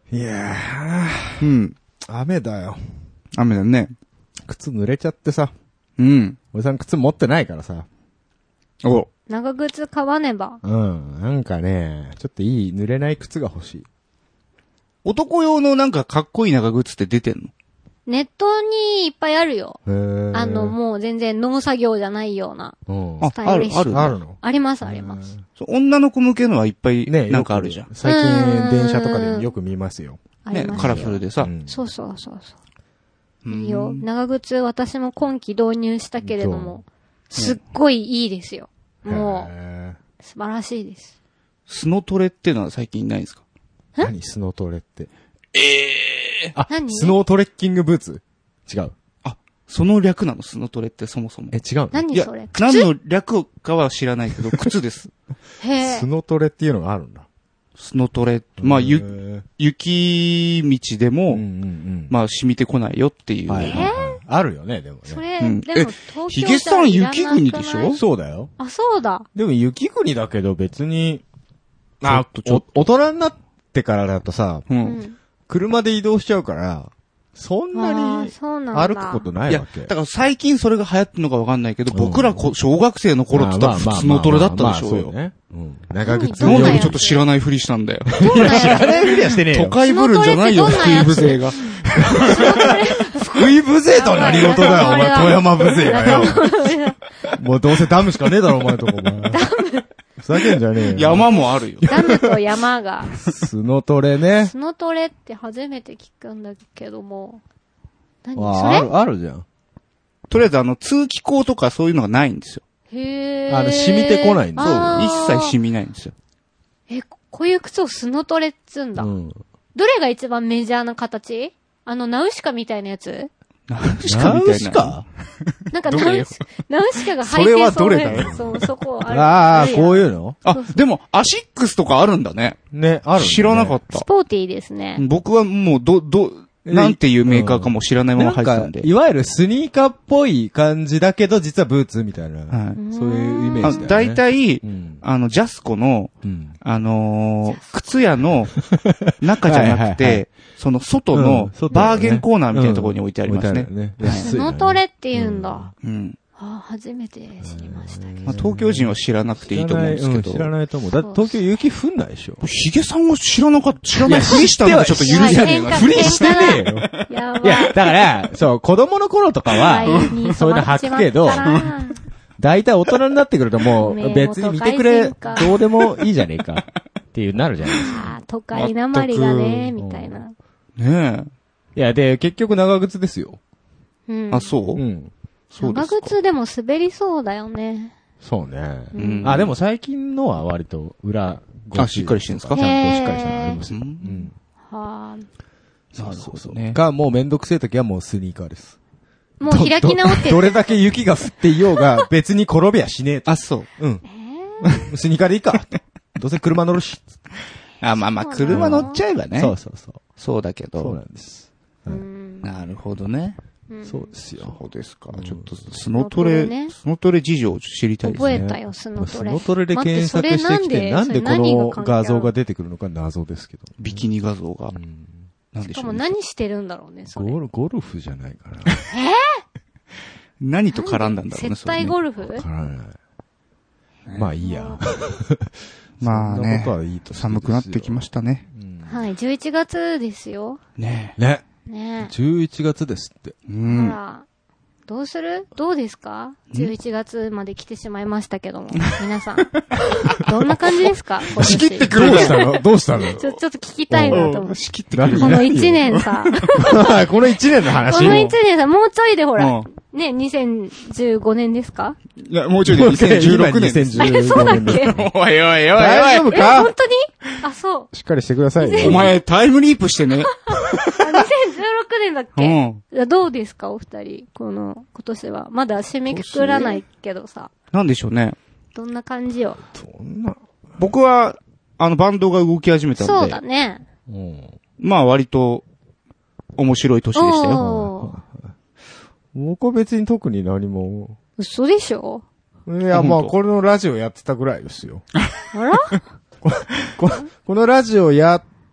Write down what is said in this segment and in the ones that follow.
いやうん。 ー、雨だよ。 雨だね。 靴濡れちゃってさ。 うん。 おじさん靴持ってないからさ。 お。 長靴買わねば。 うん。なんかね、ちょっといい濡れない靴が欲しい。 男用のなんかかっこいい長靴って出てんの？ ネットにいっぱいあるよ。 へー。 もう全然農作業じゃないような。 うん。 スタイリッシュ。 あるあるの？ ありますあります。 女の子向けのはいっぱいね、 なんかあるじゃん。 最近電車とかでよく見ますよ。 ね、 ありますよ。 カラフルでさ。 うんそうそうそうそう。 うんいいよ。長靴私も今季導入したけれども、すっごいいいですよ。もへう、素晴らしいです。 スノトレってのは最近ないんですか？ ー。何スノートレって。あ、 何スノートレッキングブーツ？違う。 その略なの？スノトレってそもそも。 違うの？ いや何それ、 何の略かは知らないけど、靴です。 へスノトレっていうのがあるんだ。 スノトレ。まあ、 へー雪道でも、 うんうんうん。 まあ、染みてこないよっていう。 はいはいはいあるよね、でもね。 それ、 うんでも東京ヒゲさん雪国でしょ？ そうだよ。 あ、そうだ。 でも雪国だけど別に、 ちょっと大人になってからだとさ、 う。 うんん。 車で移動しちゃうから、そんあなにーそうなんだ。 歩くことないいや、 わけ。 だから最近それが流行ってるのかわかんないけど、 うん僕ら小学生の頃って言ったら普通のトレだったでしょうよ。 ね。うん。長靴どんなやつなんでちょっと知らないふりしたんだよ。 どんなやつ知らないふりはしてねえ都よ。 会ブルーじゃないよ、福井スノトレってどんなやつ部勢が。 福井ブゼーとは何事だよ、お前。富山ブゼーがよ。もうどうせダムしかねえだろ、お前とこ、お前。ふざけんじゃねえよ。 山もあるよ。 ダムと山が。 スノトレね。 スノトレって初めて聞くんだけども。何わそれあるじゃん。 とりあえず通気口とかそういうのがないんですよ。 へー。 染みてこないんだそう。 あー一切染みないんですよ。 こういう靴をスノトレっつうんだ。 うん。 どれが一番メジャーな形？ナウシカみたいなやつ？ ナウシカみたいな。 ナウシカなんかどれよナウシカが履いてそれはどれだよそう、そこある。 ああ、こうう。 いうのあ、でも、アシックスとかあるんだね。 ね、あるんだね。 知らなかったス。ポーティーですね。 僕はもう、なんていうメーカーかも知らないまま入ってたんで。 いわゆるスニーカーっぽい感じだけど、実はブーツみたいな。 はい。 そういうイメージだよね。 大体、 うん。 ジャスコの、 うん。 靴屋の中じゃなくはいはいはて、その外うのん外だねバーゲンコーナーみたいなところに置いてありますね。 置いてあるよねはい安いよねスノトレって言うんだ。 うん。 初めて知りましたけど。 まあ、東京人は知らなくていいと思うんですけど。 知らないと思う。だって東京雪降んないでしょ。 ヒゲさんは知らないふりしたのがちょっと許せねえな。 ふりしてねえよ。 やばい。 いや、だから、そう、子供の頃とかは、そういうの履くけど、大体大人になってくるともう、別に見てくれ、どうでもいいじゃねえか。っていうなるじゃないですか。 あー都会なまりがね、 全くみたいな。 ねいや、で、結局長靴ですよ。 うんえ。あ、そううん。 長そうですか。 靴でも滑りそうだよね。 そうね。 うんあ、でも最近のは割と裏、 しっかりしてるんですかちゃんとしっかりしたのありますよ。 ううんん。 はなるほどね。 が、もうめんどくせえ時はもうスニーカーです。 あ。もう開き直ってどれだけ雪が降っていようが、別に転びはしねえと。 あ、そう。 うん。スニーカーでいいか。どうせ車乗るし。 あ、まあまあ、車乗っちゃえばね。 そうそうそう。 そうだけど。 そうなんです。 うんなるほどね。 そうですよ。 そうですか。 うんちょっと、ススノノトレ、 トレねスノトレ事情を知りたいですね。 覚えたよ、スノトレ。 スノトレで検索してきて、なんでこの画像が出てくるのか謎ですけど。 ビキニ画像が。 うんなんでしょうね。 しかも何してるんだろうね、それ。 ゴルフじゃないかな。 何と絡んだんだろうね、 接待ゴルフわからない。まあいいや。 まあそんなねことはいいとしてですよ寒くなってきましたね。 うんはい、11月ですよ。 ねね。 ね 11月ですって。 え。うえ。 ん。 ほら。どうする？どうですか？ 11 月まで来てしまいましたけども。皆さん。どんな感じですか？ 仕切ってくどるうしたのどうしたのちょっと聞きたいなと思って。 仕切ってくる。 この1年さ。 この1年の話この1年さ、もうちょいでほらうん。 ね、2015年ですか？ いや、もうちょいで2016年です。 2015年です。 おいおいおい大丈夫え、 か本当に？あ、そう。 しっかりしてくださいね。 お前、タイムリープしてね。 あ、2016年だっうけ？ ん。 いやどうですかお二人。今年は。まだ締めくくらないけどさ。 なんでしょうね。 どんな感じよ。 そんな。 僕は、バンドが動き始めたんで。 そうだね。 うんまあ割と、面白い年でしたよ。 おー。 僕は別に特に何も。 嘘でしょ？ いや、まあ、 本当このラジオやってたぐらいですよ。 あら？ このラジオやった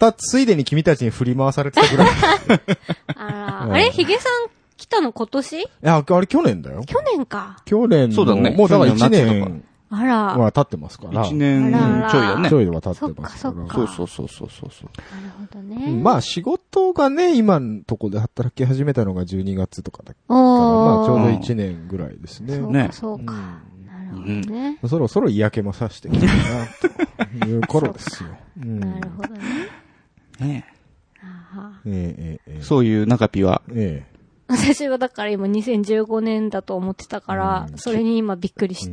ったついでに君たちに振り回されてたぐらい。 あれヒゲさん来たの今年？ いや、あれ去年だよ。 去年か。 去年の。 そうだね。 もうだから1年あら。 は経ってますから。 1年ちょいだね。 ちょいは経ってますから。 そうそう。なるほどね。 まあ仕事がね、今のとこで働き始めたのが12月とかだから、まあちょうど1年ぐらいですね。 そうか。なるほどね。 そろそろ嫌気もさしてきたな、という頃ですよ。 なるほどね。 そういう中ピは。 私はだから今2015年だと思ってたから、それに今びっくりした。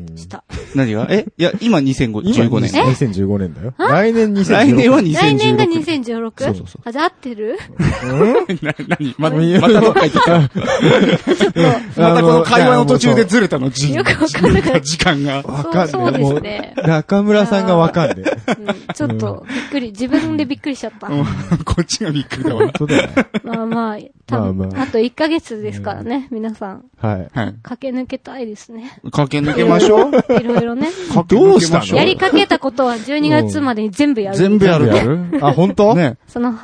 何がいや、今2015年。 2015年だよ。来年2016。 来年は2016。 来年が 2016？ そう。 あ、じゃあ合ってる？ 何またどっか行ってた。またこの会話の途中でずれたの、 よくわかんない。 時間が。 わかんない。 そうですね。 中村さんがわかんない。 ちょっとびっくり、自分でびっくりしちゃった。 こっちがびっくりだわ。 本当だよ。 まあ、多分あと1ヶ月ですからね、皆さん。 はい。 駆け抜けたいですね。 駆け抜けましょう。 いろいろね。 どうしたの？ やりかけたことは12月までに全部やる。 全部やる。 あ、本当？ ね。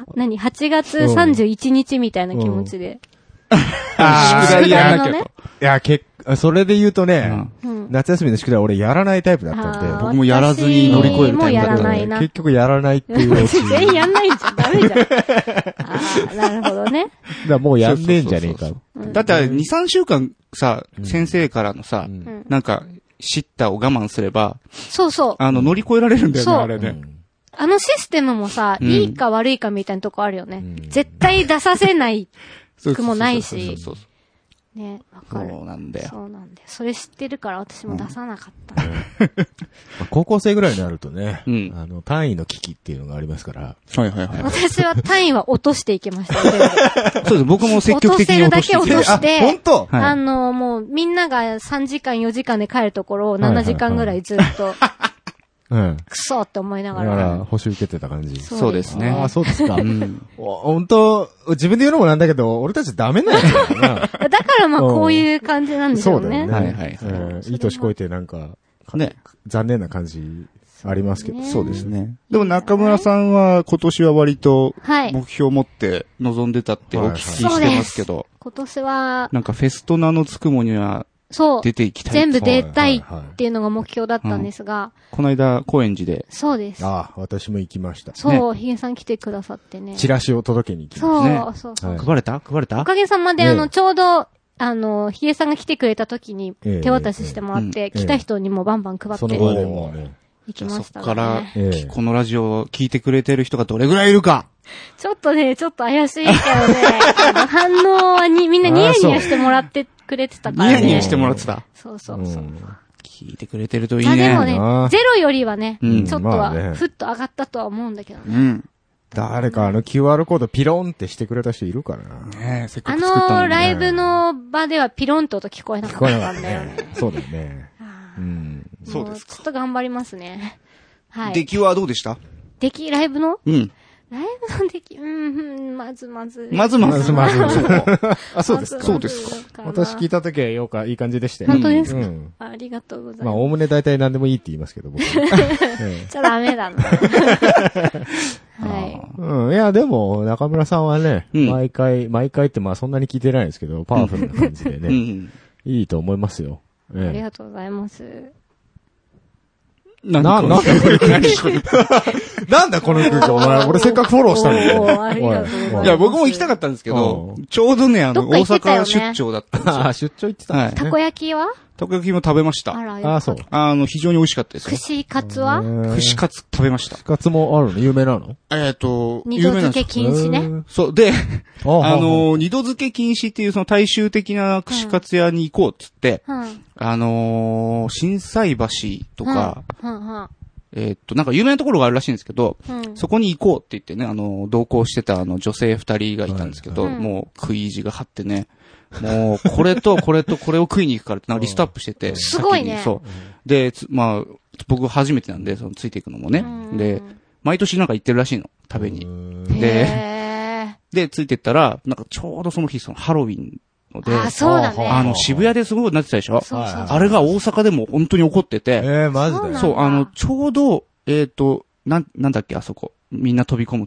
8月31日みたいな気持ちで。 宿題やらなきゃと。 いや、それで言うとね、夏休みの宿題俺やらないタイプだったんで、 僕もやらずに乗り越えるタイプだったんで。 結局やらないっていう。 全員やんないんじゃダメじゃん。なるほどね。 だもうやんねえんじゃねえか。 だって2、3週間さ、先生からのさ、なんか、叱咤を我慢すれば、 そうそう。 乗り越えられるんだよね、あれね。 あのシステムもさ、いいか悪いかみたいなとこあるよね。絶対出させないくもないし。ね、わかる。 そうなんだよ。 そうなんだよ。それ知ってるから私も出さなかった。 高校生ぐらいになるとね、単位の危機っていうのがありますから。 はいはいはい。 私は単位は落としていきました。 そうです。僕も積極的に落として。 落とせるだけ落として。 本当？ もうみんなが3時間4時間で帰るところを7時間ぐらいずっと。くそって思いながら。 だから、補習受けてた感じ。 そうですね。 ああ、そうですか。本当自分で言うのもなんだけど、俺たちダメなんだよな。 だからまあこういう感じなんでしょうね。 そうだよね。はいはい。いい年こいてなんか、ね、残念な感じありますけど。 そうですね。でも中村さんは今年は割と、目標を持って臨んでたってお聞きしてますけど。 今年は、 なんかフェスと名の付くものには、 そう。 出ていきたい。 全部出たいっていうのが目標だったんですが。 この間、高円寺で。 そうです。 ああ、私も行きました。 そう、ヒゲさん来てくださってね。 チラシを届けに行きました。 そう。 配れたおかげさまで、ちょうど、ヒゲさんが来てくれた時に手渡ししてもらって、来た人にもバンバン配って。 その場でもね。 行きましたね。 そっから、このラジオを聞いてくれてる人がどれぐらいいるか。 ちょっと怪しいけどね。反応はみんなニヤニヤしてもらってくれてたからね。 ニヤニヤしてもらってた。 そう。 聞いてくれてるといいね。 でもね、ゼロよりはね、ちょっとは、ふっと上がったとは思うんだけどね。 誰かQR コードピロンってしてくれた人いるかな？ ねえ、せっかく作ったのにね。 ライブの場ではピロンと音聞こえなかったんだよね。 そうだよね。 そうですか。 ちょっと頑張りますね。はい。 出来はどうでした？ ライブの？ライブの出来、まず。 あ、そうですか。私聞いたときはいい感じでしたよ。 本当ですか？ありがとうございます。 まあ、おおむね大体何でもいいって言いますけど、僕。 じゃダメだな。 はい。いや、でも、中村さんはね、毎回ってまあそんなに聞いてないですけど、パワフルな感じでね、いいと思いますよ。 ありがとうございます。 なんだこの空気、お前。俺せっかくフォローしたのに。 ありがとうございます。 いや、僕も行きたかったんですけど、ちょうどね、大阪出張だったんですよ。 出張行ってた。 たこ焼きは？ たこ焼きも食べました。 そう。 非常に美味しかったですよ。 串カツは？ 串カツ食べました。 串カツもあるの？有名なの？ 二度漬け禁止ね。 そう。で、二度漬け禁止っていうその大衆的な串カツ屋に行こうっつって、心斎橋とか、なんか有名なところがあるらしいんですけど、そこに行こうって言ってね、同行してた女性2人がいたんですけど、もう食い意地が張ってね、もう、これとこれとこれを食いに行くからってなんかリストアップしてて。 すごいね。 そう。で、まあ、僕初めてなんで、ついていくのもね。で、毎年なんか行ってるらしいの、食べに。で、ついてったら、なんかちょうどその日、ハロウィンので。 そうだね。 渋谷ですごいなってたでしょ？ そう。 あれが大阪でも本当に起こってて。 マジで？ そう、ちょうど、なんだっけ、あそこ。みんな飛び込むとこ。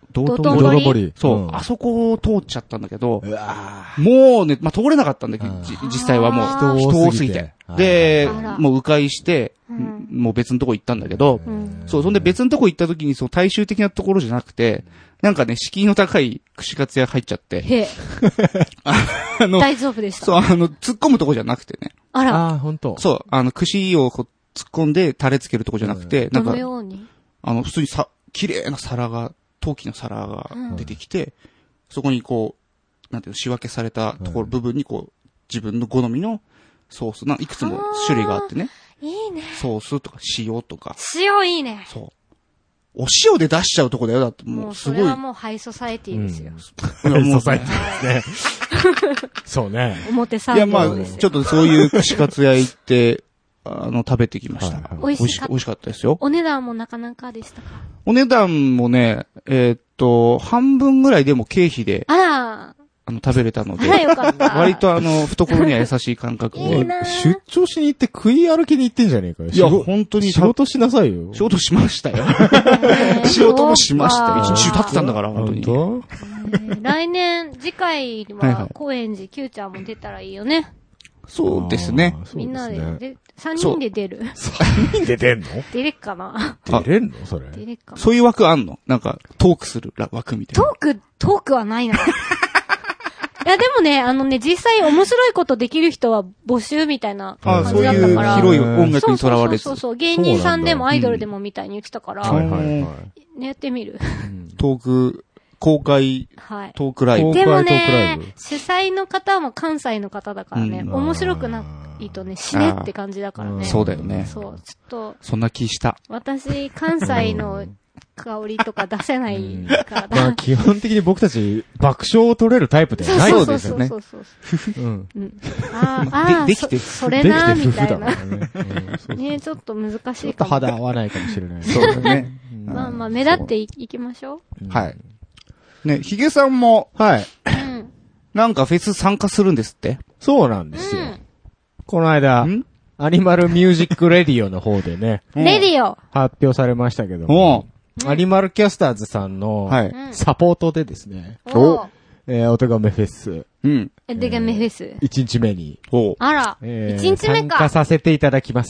道頓堀そう、あそこを通っちゃったんだけど、もうね、まあ、通れなかったんだけど、実際はもう、人多すぎて。で、もう迂回して、もう別のとこ行ったんだけど、そう、そんで別のとこ行った時に、そう、大衆的なところじゃなくて、なんかね、敷居の高い串カツ屋入っちゃって。へえ。大丈夫でした。 そう、突っ込むとこじゃなくてね。 あら。 あ、本当。 そう、串を突っ込んでタレつけるとこじゃなくて、なんか、 どのように普通に綺麗な皿が、陶器の皿が出てきて、そこにこう、なんていうの、仕分けされたところ、部分にこう、自分の好みのソース、いくつも種類があってね。 いいね。 ソースとか塩とか。 塩いいね。 そう。お塩で出しちゃうとこだよ。だってもうすごい。それはもうハイソサエティですよ。 ハイソサエティですね。そうね。 表参道ですよ。 いや、まあ、ちょっとそういう串カツ屋行って、食べてきました。美味しかったですよ。 お値段もなかなかでしたか？ お値段もね、半分ぐらいでも経費で。 あら。 食べれたので。 よかった。 割と懐には優しい感覚で。 出張しに行って食い歩きに行ってんじゃねえかよ。 いや、本当に。 仕事しなさいよ。 仕事しましたよ。仕事もしましたよ。一日中経ってたんだから、本当に。来年、次回は、高円寺 Q ちゃんも出たらいいよね。 そうですね。 みんなで、3人で出る。 3人で出んの？ 出れっかな？ 出れんのそれ。 出れっかな？ そういう枠あんの？なんか、トークする枠みたいな。 トークはないな。いや、でもね、実際面白いことできる人は募集みたいな感じだったから。 そういう広い音楽にとらわれず。 そう。芸人さんでもアイドルでもみたいに言ってたから。やってみる。 トーク、公開、トークライブ。 でもね、主催の方も関西の方だからね、面白くないとね、死ねって感じだからね。 そうだよね。 そう、ちょっと。 そんな気した。 私、関西の香りとか出せないから。 まあ基本的に僕たち爆笑を取れるタイプではないですよね。 そう。できてそれなみたいな。ね、ちょっと難しいかも。 ちょっと肌合わないかもしれない。 そうだね。 まあ目立っていきましょう。はい。ね、ヒゲさんも、はい。なんかフェス参加するんですって？ そうなんですよ。この間、アニマルミュージックレディオの方でね。 レディオ発表されましたけども。アニマルキャスターズさんのサポートでですね、お手紙フェス。 お手紙フェス。 1日目に。 あら、1日目か。 参加させていただきます。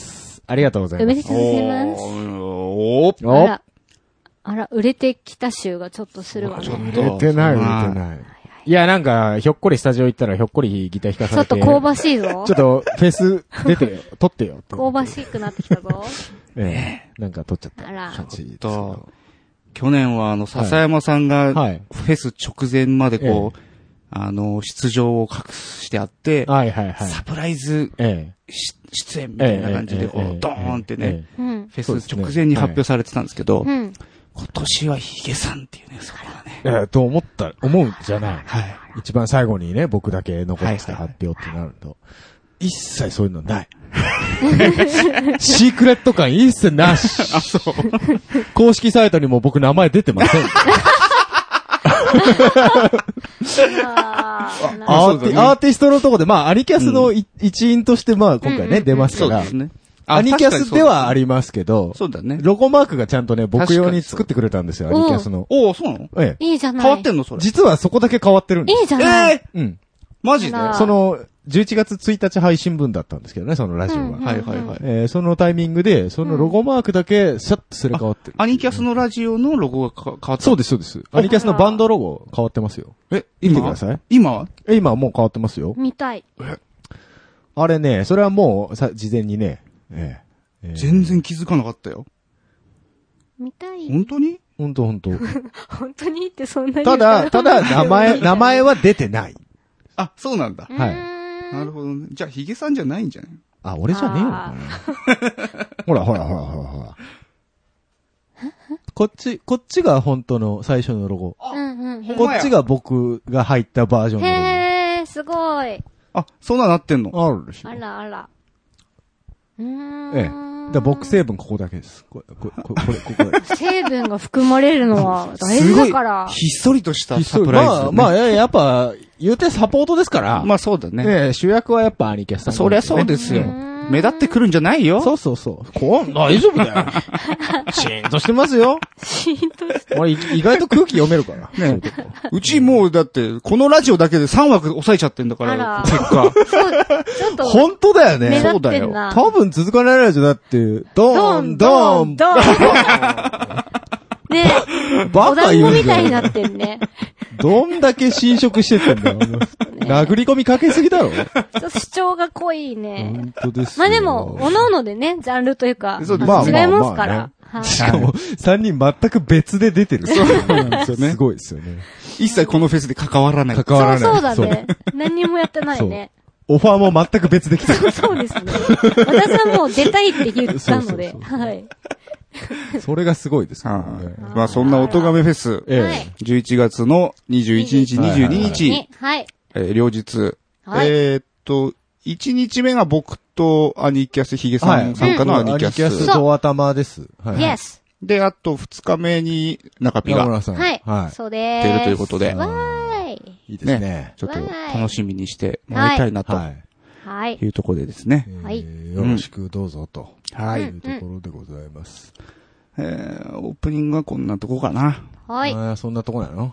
ありがとうございます。 おめでとうございます。あら、売れてきた集がちょっとするわね。 売れてない。いや、なんか、ひょっこりスタジオ行ったらひょっこりギター弾かされて。 ちょっと香ばしいぞ。 ちょっとフェス出てよ、撮ってよ。 香ばしくなってきたぞ。 なんか撮っちゃった感じ。 去年は笹山さんが、フェス直前までこう、出場を隠してあって、サプライズ、出演みたいな感じで、こう、ドーンってね、フェス直前に発表されてたんですけど、今年はヒゲさんっていうね、そこがね。 と思うんじゃない。一番最後にね、僕だけ残って発表ってなると、一切そういうのない。シークレット感一切なし。 あ、そう。 公式サイトにも僕名前出てません。アーティストのとこで、まあ、アニキャスの一員として、まあ、今回ね、出ますから。アニキャスではありますけど、 そうだね。 ロゴマークがちゃんとね、僕用に作ってくれたんですよ、アニキャスの。 おお、そうなの？ ええ。いいじゃない。 変わってんのそれ。 実はそこだけ変わってるんです。 いいじゃない。 うん。 マジで 11月1日配信分だったんですけどね、そのラジオは。 はい。 そのタイミングで、そのロゴマークだけ、シャッとすれ変わってる。 アニキャスのラジオのロゴが変わった？ そうです。アニキャスのバンドロゴ変わってますよ。見てください。 今はもう変わってますよ。 見たい。 あれね、それはもう、事前にね、 全然気づかなかったよ。 見たい。 本当に？ 本当。 本当にってそんなに。 ただ、名前は出てない。 あ、そうなんだ。 はい。 なるほどね。じゃあ、ヒゲさんじゃないんじゃない？ あ、俺じゃねえのかな。ほら。こっちが本当の最初のロゴ。こっちが僕が入ったバージョンのロゴ。 へー、すごい。 あ、そんななってんの？ あるでしょ。 あら。 僕成分ここだけです。これ。 成分が含まれるのは大事だから。 ひっそりとしたサプライズ。 まあ、やっぱ、言うてサポートですから。 まあそうだね。 主役はやっぱアニキャスさん。 そりゃそうですよ。 目立ってくるんじゃないよ。 そうそうそう。大丈夫だよ。シーンとしてますよ。 シーンとして。 俺意外と空気読めるから。 ね。うちもうだって、このラジオだけで3枠抑えちゃってんだから、結果。 そう、ちょっと。 本当だよね。 そうだよ。 多分続かないラジオだって、ドン、ドン、ドン。 ねえ。バカ言う。お団子みたいになってんね。 どんだけ侵食してってんだよ。殴り込みかけすぎだろ。 主張が濃いね。 本当です。 まあでも、各々でね、ジャンルというか、違いますから。 しかも、3人全く別で出てる。そうなんですよね。すごいですよね。 一切このフェスで関わらない。 関わらない。そうだね。何にもやってないね。 オファーも全く別で来た。 そうですね。私はもう出たいって言ったので、はい。 それがすごいですね。 まあそんな音亀フェス、11月の21日、22日、両日、1日目が僕とアニキャスヒゲさん参加のアニキャス。 アニキャスと頭です。 イエス。 で、あと2日目に中ピがはい。そうでーす。出るということで。 わーい。 いいですね。 ちょっと楽しみにしてもらいたいなと。はい。いうところでですね。 はい。 よろしくどうぞと。 はい。 いうところでございます。 オープニングはこんなとこかな。 はい。 そんなとこなの？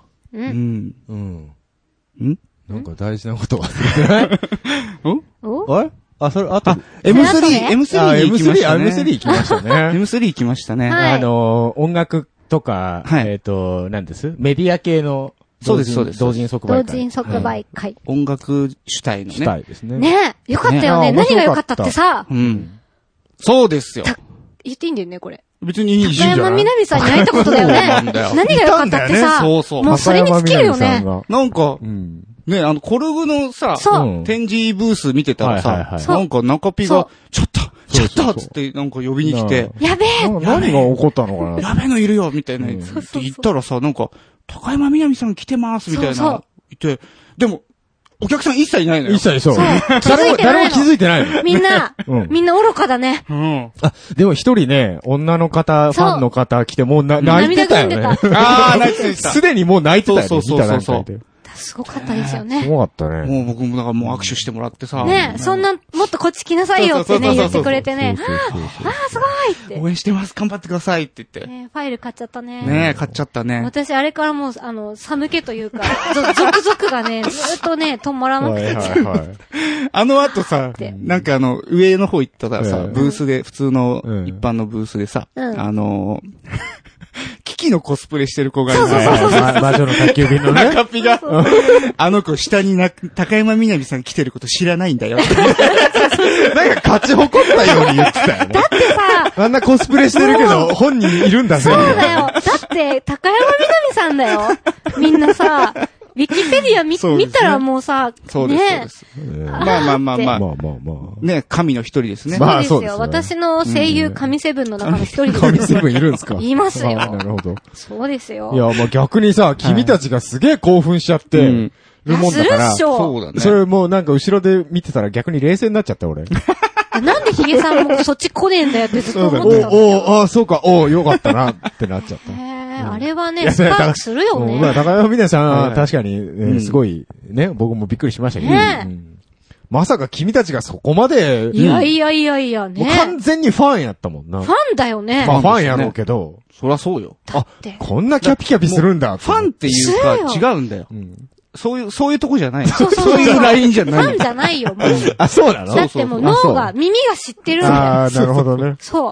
なんか大事なこと忘れてないあれそれ、あと、 M3 行きましたね。 M3 行きましたね。 M3 行きましたね。 音楽とか、何ですメディア系の、 そうです、そうです。 同人即売会。 音楽主体のね。 主体ですね。 ねえ、よかったよね。何がよかったってさ。 そうですよ。 言っていいんだよね、これ。 別にいいじゃん。 高山みなみさんに会えたことだよね。何がよかったってさ。もうそれに尽きるよね。 なんか、ね、コルグのさ、展示ブース見てたらさ、なんか中ピが、ちょっとつってなんか呼びに来て、 やべえ何が起こったのかなやべえのいるよみたいな言ったらさ、なんか、高山みなみさん来てますみたいな言って、でも、お客さん一切いないのよ。 一切そう。誰も気づいてないの。 みんな愚かだね。 でも一人ね、女の方、ファンの方来てもう泣いてたよね。 泣いてた。 すでにもう泣いてたよね。 そう。 すごかったですよね。 すごかったね。 もう僕もだからもう握手してもらってさ。 ね、そんな、もっとこっち来なさいよってね、言ってくれてね。すごいって。 応援してます、頑張ってくださいって言って。 ね、ファイル買っちゃったね。 ね買っちゃったね。 私、あれからもう、寒気というか、続々がね、ずっとね、止まらなくて。 あの後さ、なんか上の方行ったらさ、ブースで、普通の一般のブースでさ、キキのコスプレしてる子がいる。 魔女の宅急便のね。 中ピが、あの子下に高山みなみさん来てること知らないんだよ。 なんか勝ち誇ったように言ってたよね。 だってさ、 あんなコスプレしてるけど、本人いるんだぜ。 そうだよ。だって、高山みなみさんだよ。みんなさ、ウィキペディア見たらもうさ、 そうです、そうです。まあ。ね、神の一人ですね。 まあそうですよ。私の声優神セブンの中の一人です。 神セブンいるんですか？ いますよ。 なるほど。 そうですよ。 いや、まあ逆にさ、君たちがすげえ興奮しちゃって、るもんだから。 そうだね。 それもうなんか後ろで見てたら逆に冷静になっちゃった俺。 なんでヒゲさんもそっち来ねえんだよってずっと思ってたんだよ。 そうか、よかったなってなっちゃった。 あれはね、スパークするよね。 まあ、高山みなさんは確かに、すごい、ね、僕もびっくりしましたけど。まさか君たちがそこまで。 いやね。 完全にファンやったもんな。 ファンだよね。 まあファンやろうけど。 そりゃそうよ。 こんなキャピキャピするんだ。 ファンっていうか違うんだよ。そういうとこじゃない。そういうラインじゃない。 ファンじゃないよ、もう。 あ、そうなの？ だってもう脳が、耳が知ってるんだよ。 あ、なるほどね。 そう。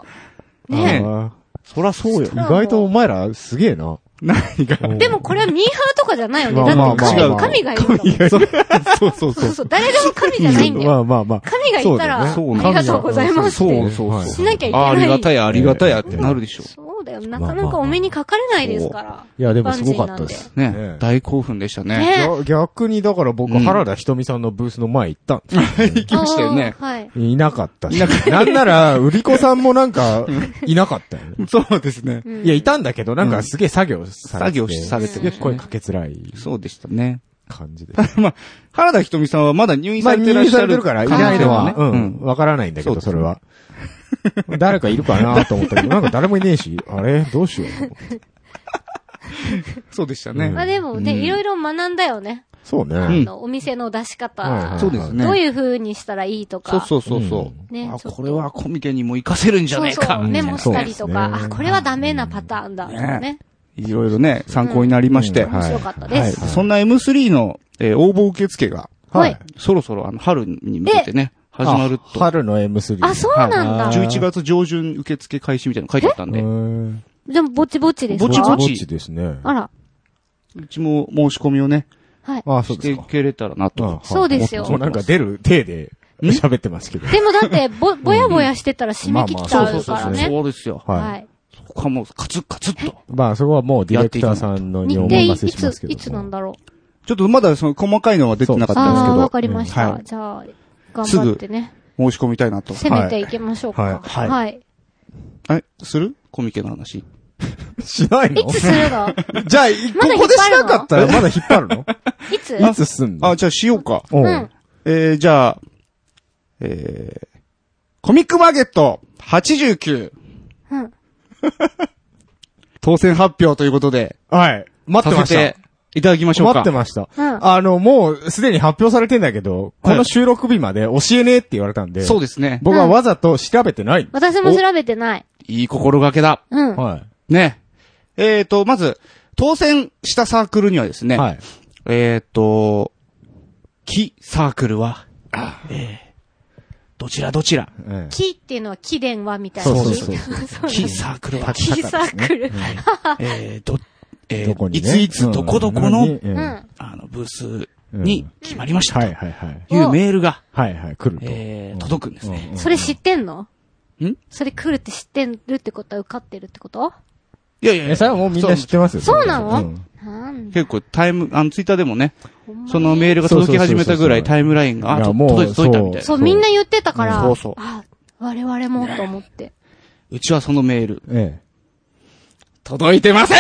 ねそらそうよ。 意外とお前らすげえな。 何が。 でもこれはミーハーとかじゃないよね。だって神がいるんだもん。そう。誰でも神じゃないんだよ。 まあ。 神がいたら、ありがとうございますって。しなきゃいけない。 ありがたやってなるでしょ。 そうだよ。なかなかお目にかかれないですから。 いや、でもすごかったです。 ね。大興奮でしたね。 逆にだから僕、原田ひとみさんのブースの前行ったんですよ。行きましたよね。 いなかったし。なんなら、売り子さんもなんか、いなかったよね。 そうですね。 いや、いたんだけど、なんかすげえ作業されてる。声かけづらい。 そうでしたね。 感じで。 まあ、原田ひとみさんはまだ入院されてらっしゃるから、いないのは、わからないんだけど、それは。誰かいるかなと思ったけど、なんか誰もいねえし、あれどうしよう。 そうでしたね。 まあでもね、いろいろ学んだよね。 そうね。 お店の出し方。 そうですね。 どういう風にしたらいいとか。 そう。ね。これはコミケにも活かせるんじゃねえか。 メモしたりとか、これはダメなパターンだ。ね。 いろいろね、参考になりまして。 面白かったです。 そんな M3 の応募受付が、そろそろ春に向けてね、始まると。 春の M3。 あ、そうなんだ。 11月上旬受付開始みたいなの書いてあったんで。 でもぼちぼちですか？ ぼちぼちですね。 あら。 うちも申し込みをね、 はい。 していけれたらなと。 そうですよ。 もうなんか出る体で喋ってますけど。 でもだって、ぼやぼやしてたら締め切っちゃうからね。 そうですよ。 はい。 そこはもうカツッと。 まあそこはもうディレクターさんのにお任せしますけど。 いつなんだろう。 ちょっとまだその細かいのは出てなかったんですけど。 わかりました。じゃあ、頑張ってね。 申し込みたいなと。 攻めていきましょうか。はい。 する？コミケの話。 しないの？ いつするの？ じゃあ、ここでしなかったらまだ引っ張るの？ いつ？ いつすんの？ じゃあしようか。 うん。 じゃあ、コミックマーケット89。 うん。 当選発表ということで。 はい。待ってました。 させていただきましょうか。 待ってました。 うん。 もうすでに発表されてんだけど、この収録日まで教えねえって言われたんで。 そうですね。 僕はわざと調べてない。 私も調べてない。 いい心がけだ。 うん。 はい。 ね。まず、当選したサークルにはですね。 はい。 木サークルは、どちら。 木っていうのは木電話みたいな。 そう。 木サークルは、 木サークル。 いつどこの、ブースに決まりました。 はい。 いうメールが、 来ると。届くんですね。 それ知ってんの？それ来るって知ってるってことは受かってるってこと？ いや。 それはもうみんな知ってますよ。 そうなの？ 結構ツイッターでもね、そのメールが届き始めたぐらいタイムラインが、届いたみたいな。 そう、みんな言ってたから、 そう。 我々もと思って。 うちはそのメール、届いてません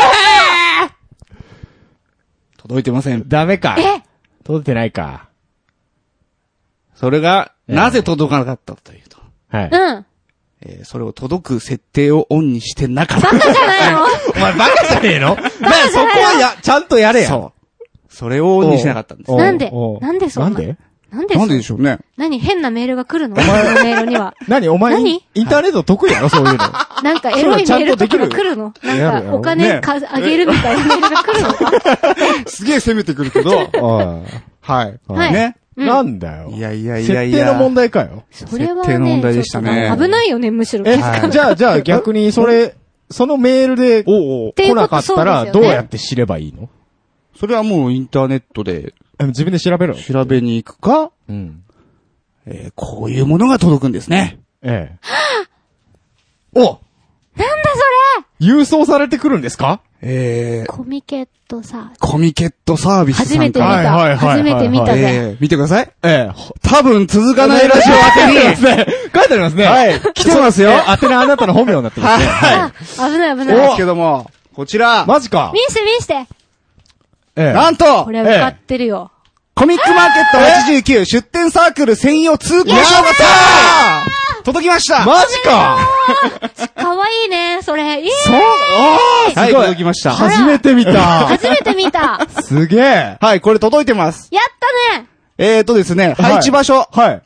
届いてません。 ダメか。届いてないか。 それが、なぜ届かなかったというと。 はい。 うん。 それを届く設定をオンにしてなかった。 バカじゃないの？ お前バカじゃねえの？そこはちゃんとやれや。 そう。それをオンにしなかったんです。 なんでそんな。 なんででしょうね。 何変なメールが来るの？お前のメールには。 お前インターネット得意やろそういうの。 なんかエロいメールとかが来るの？なんかお金あげるみたいなメールが来るのか？ すげえ攻めてくるけど。はい。 ね。なんだよ。 いや。 設定の問題かよ。 それはね。 設定の問題でしたね。 危ないよね、むしろ。 じゃあ逆にそのメールで来なかったらどうやって知ればいいの？ それはもうインターネットで。 自分で調べろ。 調べに行くか、こういうものが届くんですね。 お！ なんだそれ！ 郵送されてくるんですか？ コミケットサービスさん初めて見た。初めて見たぜ。 見てください。多分続かないラジオ宛てに。 書いてありますね。 はい。来てますよ。 宛てのあなたの本名になってますね。 はい。危ない。 ですけども、こちら。 マジか。 見して。 なんとこれは受かってるよ。 コミックマーケット89出展サークル専用通行証が届きました。 マジか。 かわいいね、それ。 はい、届きました。 初めて見た。すげえ。 はい、これ届いてます。 やったね。 ですね、配置場所。 はい。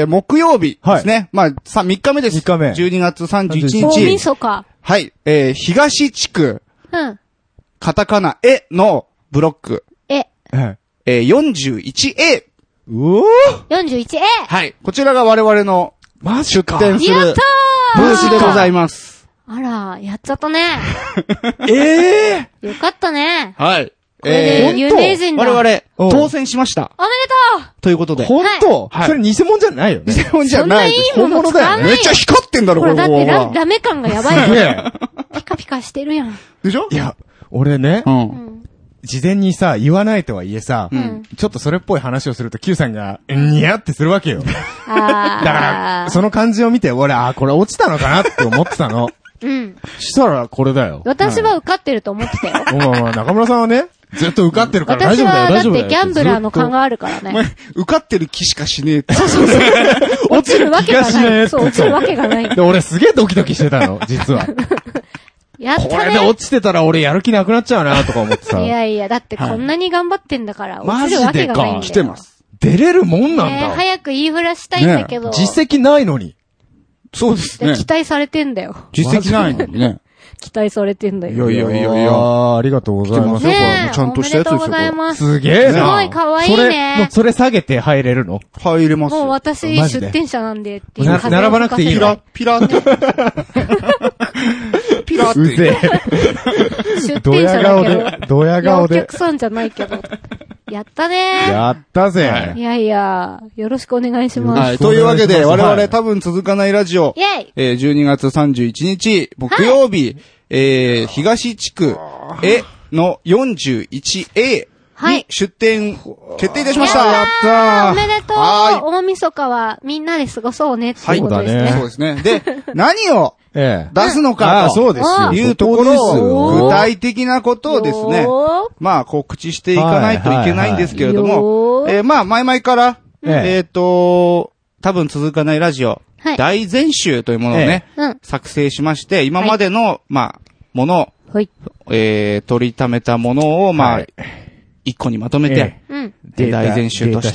木曜日ですね。まあ、3日目です。 3日目。 12月31日。 大晦日。 はい。東地区。 うん。 カタカナ、のブロック。41A。 うおー 41A。 はい。こちらが我々の出展するブースでございます。 あら、やっちゃったね。よかったね。 はい。 有名人だ。 我々、当選しました。 おめでとうということで。 本当？それ偽物じゃないよね。 偽物じゃない。 本物だよね。 めっちゃ光ってんだろ、これ。 だってラメ感がやばいね。ピカピカしてるやん。 でしょ？ いや、俺ね。事前にさ、言わないとはいえさ、ちょっとそれっぽい話をすると Q さんが、にやってするわけよ。だから、その感じを見て、俺、これ落ちたのかなって思ってたの。したら、これだよ。 私は受かってると思ってたよ。 まあ、中村さんはね、ずっと受かってるから大丈夫だよ、大丈夫だよ。 だってギャンブラーの勘があるからね。 お前、受かってる気しかしねえって。 そう。落ちるわけがない。そう、落ちるわけがない。 で、俺すげえドキドキしてたの、実は。 やったね。 これで落ちてたら俺やる気なくなっちゃうなとか思ってさ。 いやいや、だってこんなに頑張ってんだから、落ちるわけがないんだよ。マジでか。 来てます。 出れるもんなんだ。 早く言いふらしたいんだけど。 実績ないのに。 そうですね。 期待されてんだよ。 実績ないのにね。 期待されてんだよ。 いや、ありがとうございます。 ねちゃんとしたやつですよ。 おめでとうございます。 すげえな。 すごい可愛いね。 それ下げて入れるの？ 入れますよ。 もう私出店者なんでっていう。 並ばなくていいの？ ピラって。ピラって。 うぜえ。出店者だけど。 ドヤ顔で。 お客さんじゃないけど。やったね。 やったぜ。 いやいや、よろしくお願いします。 はい。というわけで、我々多分続かないラジオ。 イェイ 12月31日、木曜日、東地区の 41A に出店決定いたしました。 やったー。おめでとう。大晦日はみんなで過ごそうねっていうことですね。 そうですね。で、何を出すのかというところを、具体的なことをですね、まあ、告知していかないといけないんですけれども、まあ、前々から、多分続かないラジオ、大全集というものをね、作成しまして、今までの、まあ、もの、取りためたものを、まあ、一個にまとめて、大全集として、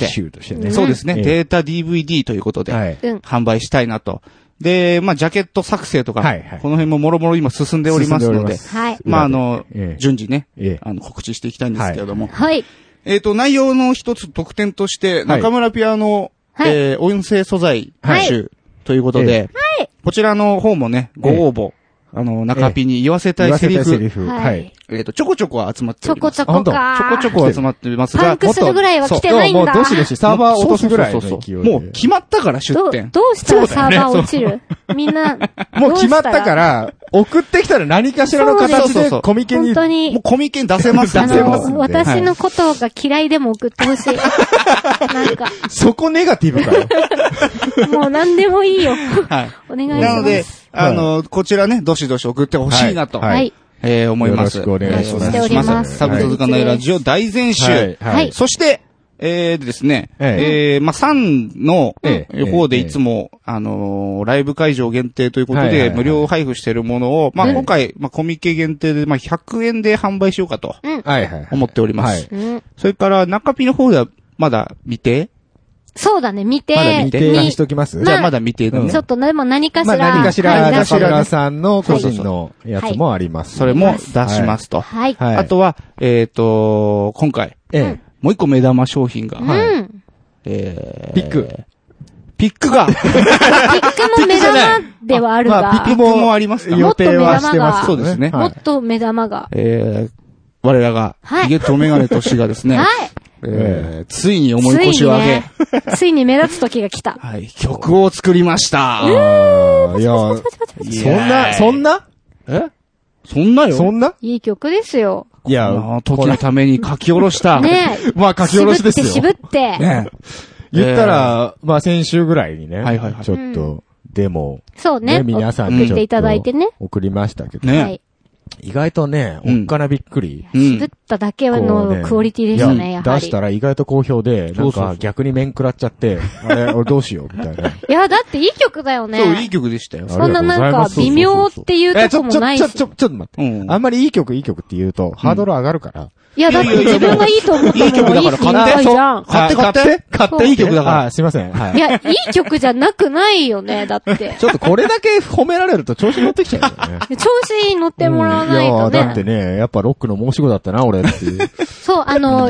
そうですね、データ DVD ということで、販売したいなと。で、まあ、ジャケット作成とか、この辺ももろもろ今進んでおりますので、まあ、順次ね、告知していきたいんですけれども、内容の一つ特典として、中村ピアノ、音声素材集ということで、こちらの方もね、ご応募、中ピに言わせたいセリフ。ちょこちょこは集まっております。 ちょこちょこか。 ちょこちょこ集まってますが、 パンクするぐらいは来てないんだ。 もうどしどしサーバー落とすぐらいの勢いで。 もう決まったから出店。 どうしたらサーバー落ちる？みんな。 もう決まったから、送ってきたら何かしらの形でコミケに。 本当に。 もうコミケに出せます。 私のことが嫌いでも送ってほしい。なんか。 そこネガティブかよ。 もう何でもいいよ。はい。お願いします。 なので、こちらね、どしどし送ってほしいなと。 はい。 思います。 よろしくお願いします。 しております。 サブ続かないラジオ大全集。 はい。 そして、ですね、まあ、3の方でいつも、ライブ会場限定ということで、無料配布しているものを、まあ、今回、まあ、コミケ限定で、まあ、100円で販売しようかと、思っております。それから、中ピの方では、まだ未定？ そうだね、未定。 まだ未定にしときます？ じゃあまだ未定だね。 ちょっとでも何かしら。 何かしら、中村さんの個人のやつもあります。 それも出しますと。はい。あとは、今回、もう一個目玉商品が、ピックが。 ピックも目玉ではあるが。 ピックもありますか？ 予定はしてます。 そうですね。 もっと目玉が。 我らが、ヒゲとメガネとシがですね。ついに重い腰を上げ。 ついに目立つ時が来た。 はい。曲を作りました。 いや、そんなそんなよ。 そんないい曲ですよ。 いや、時のために書き下ろした。 ねえ。まあ書き下ろしですよ。 渋って。 ね言ったら、まあ先週ぐらいにね。ちょっと、デモ。 そうね。 皆さんに送っていただいてね。 送りましたけど。 ね。 意外とね、おっかなびっくり。 渋っただけのクオリティでしたね、やはり。 出したら意外と好評で、なんか逆に面食らっちゃって、あれ、俺どうしよう、みたいな。いや、だっていい曲だよね。 そう、いい曲でしたよ。 そんななんか微妙っていうとこもないし。 ちょっと待って。あんまりいい曲って言うと、ハードル上がるから。 いや、だって自分がいいと思ったのもいい曲だから買っていい曲だから。 すいません。 いや、いい曲じゃなくないよね、だって。 ちょっとこれだけ褒められると調子乗ってきちゃうよね。 調子乗ってもらわないとね。 だってね、やっぱロックの申し子だったな、俺っていう。 そう、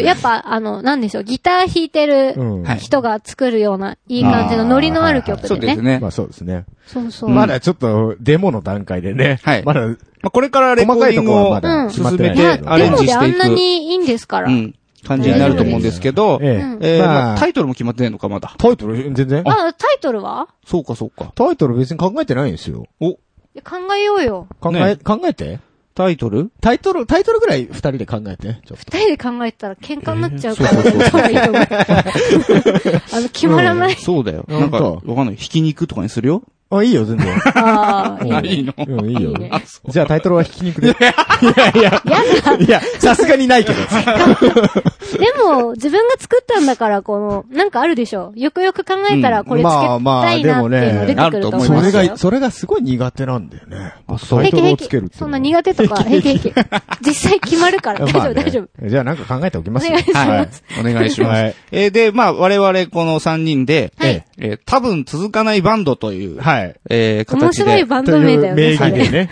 やっぱ、なんでしょう、ギター弾いてる人が作るような、いい感じのノリのある曲でね。 そうですね。 まあそうですね。 そう。 まだちょっとデモの段階でね。 はい。 まだ、 これからレコーディングを進めてアレンジしていく。 デモであんなにいいんですから。 感じになると思うんですけど、タイトルも決まってないのか、まだ。 タイトル全然タイトルはそうか。 タイトル別に考えてないんですよ。 考えようよ。 考えてタイトルぐらい二人で考えて。 二人で考えたら喧嘩になっちゃうから。決まらない。 そうだよ。なんか、わかんない。ひき肉とかにするよ。 あ、いいよ、全然。 ああ、 いいのうん、いいよ。 いいねじゃあタイトルはひき肉で。いや、さすがにないけど。 でも、自分が作ったんだから、なんかあるでしょ。よくよく考えたら、これつけたいなっていうの出てくると思いますよ。 それがすごい苦手なんだよね。 タイトルをつけるって。 そんな苦手とか、平気。実際決まるから、大丈夫。 じゃあなんか考えておきます。 お願いします。 お願いします。で、我々この3人で、多分続かないバンドという、 はい。 形で。 面白いバンド名だよね。 名義でね。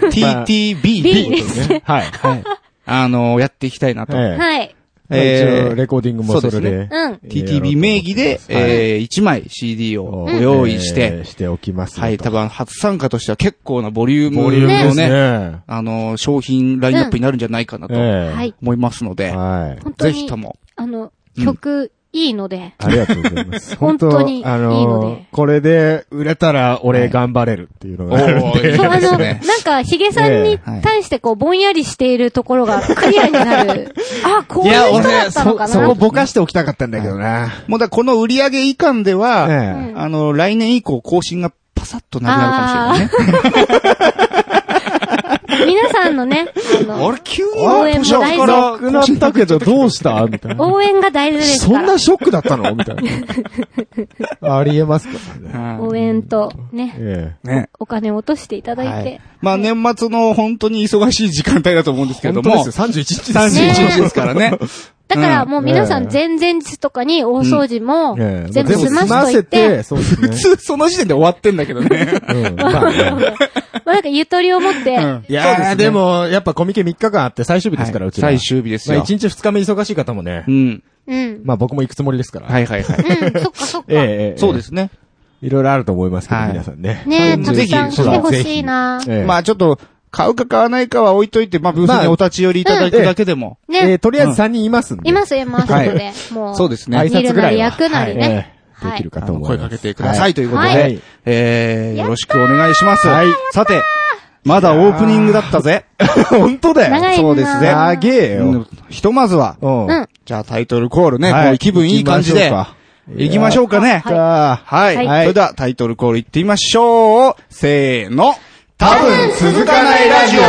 TTB ですね。はい。 やっていきたいなと。 はい。 レコーディングもそれで。 TTB 名義で、1枚 CD をご用意して。 しておきます。 はい。多分初参加としては結構なボリュームのね、商品ラインナップになるんじゃないかなと思いますので、ぜひとも。 曲、いいので。 ありがとうございます。 本当にいいので。 これで売れたら俺頑張れるっていうのがあるんで。 そう、なんか、ヒゲさんに対してぼんやりしているところがクリアになる。あ、こういう人だったのかな。 そこぼかしておきたかったんだけどな。 もうこの売り上げ以下では、来年以降更新がパサッとなくなるかもしれないね。 皆さんのね、 あれ急に応援も大事。 なくなったけどどうしたみたいな。 応援が大事ですから。 そんなショックだったのみたいな。ありえますかね。応援とね、お金を落としていただいて。 まあ年末の本当に忙しい時間帯だと思うんですけども。 本当ですよ、31日です。 31日ですからね。 だからもう皆さん前々日とかに大掃除も全部済ましといて。 普通その時点で終わってんだけどね。 まあなんかゆとりを持って。 いやでも、やっぱコミケ3日間あって最終日ですから、うちは。 最終日ですよ。 1日2日目忙しい方もね。まあ僕も行くつもりですから。 はいはいはい。 そっかそっか。 そうですね。 いろいろあると思いますけど、皆さんね。 ねえ、たくさん来てほしいな。 まあちょっと、買うか買わないかは置いといて、まあブースにお立ち寄りいただくだけでも。 とりあえず3人いますんで。 いますので、もう。 そうですね。 挨拶ぐらい役なりね。 できるかと思います。 声かけてくださいということで、よろしくお願いします。さて、まだオープニングだったぜ。 本当だよ。 そうですね。 長えよ。 ひとまずは、じゃあタイトルコールね、こう気分いい感じで、行きましょうかね。はい。それではタイトルコール行ってみましょう。せーの。多分続かないラジオ。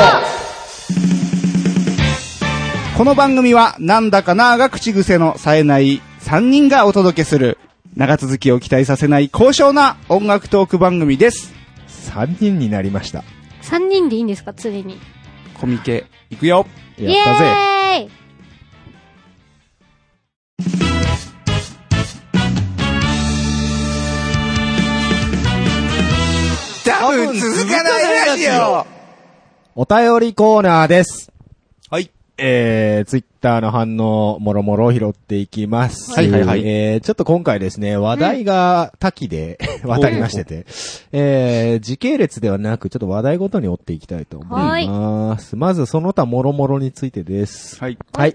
この番組はなんだかなーが口癖の冴えない3人がお届けする長続きを期待させない高尚な音楽トーク番組です。 3人になりました。 3人でいいんですか、ついに。 コミケ行くよ。 やったぜ。 多分続かないラジオ。 お便りコーナーです。 はい。 ツイッターの反応、もろもろ拾っていきます。 はいはいはい。 ちょっと今回ですね、話題が多岐で渡りましてて、時系列ではなく、ちょっと話題ごとに追っていきたいと思います。まず、その他もろもろについてです。 はい。 はい。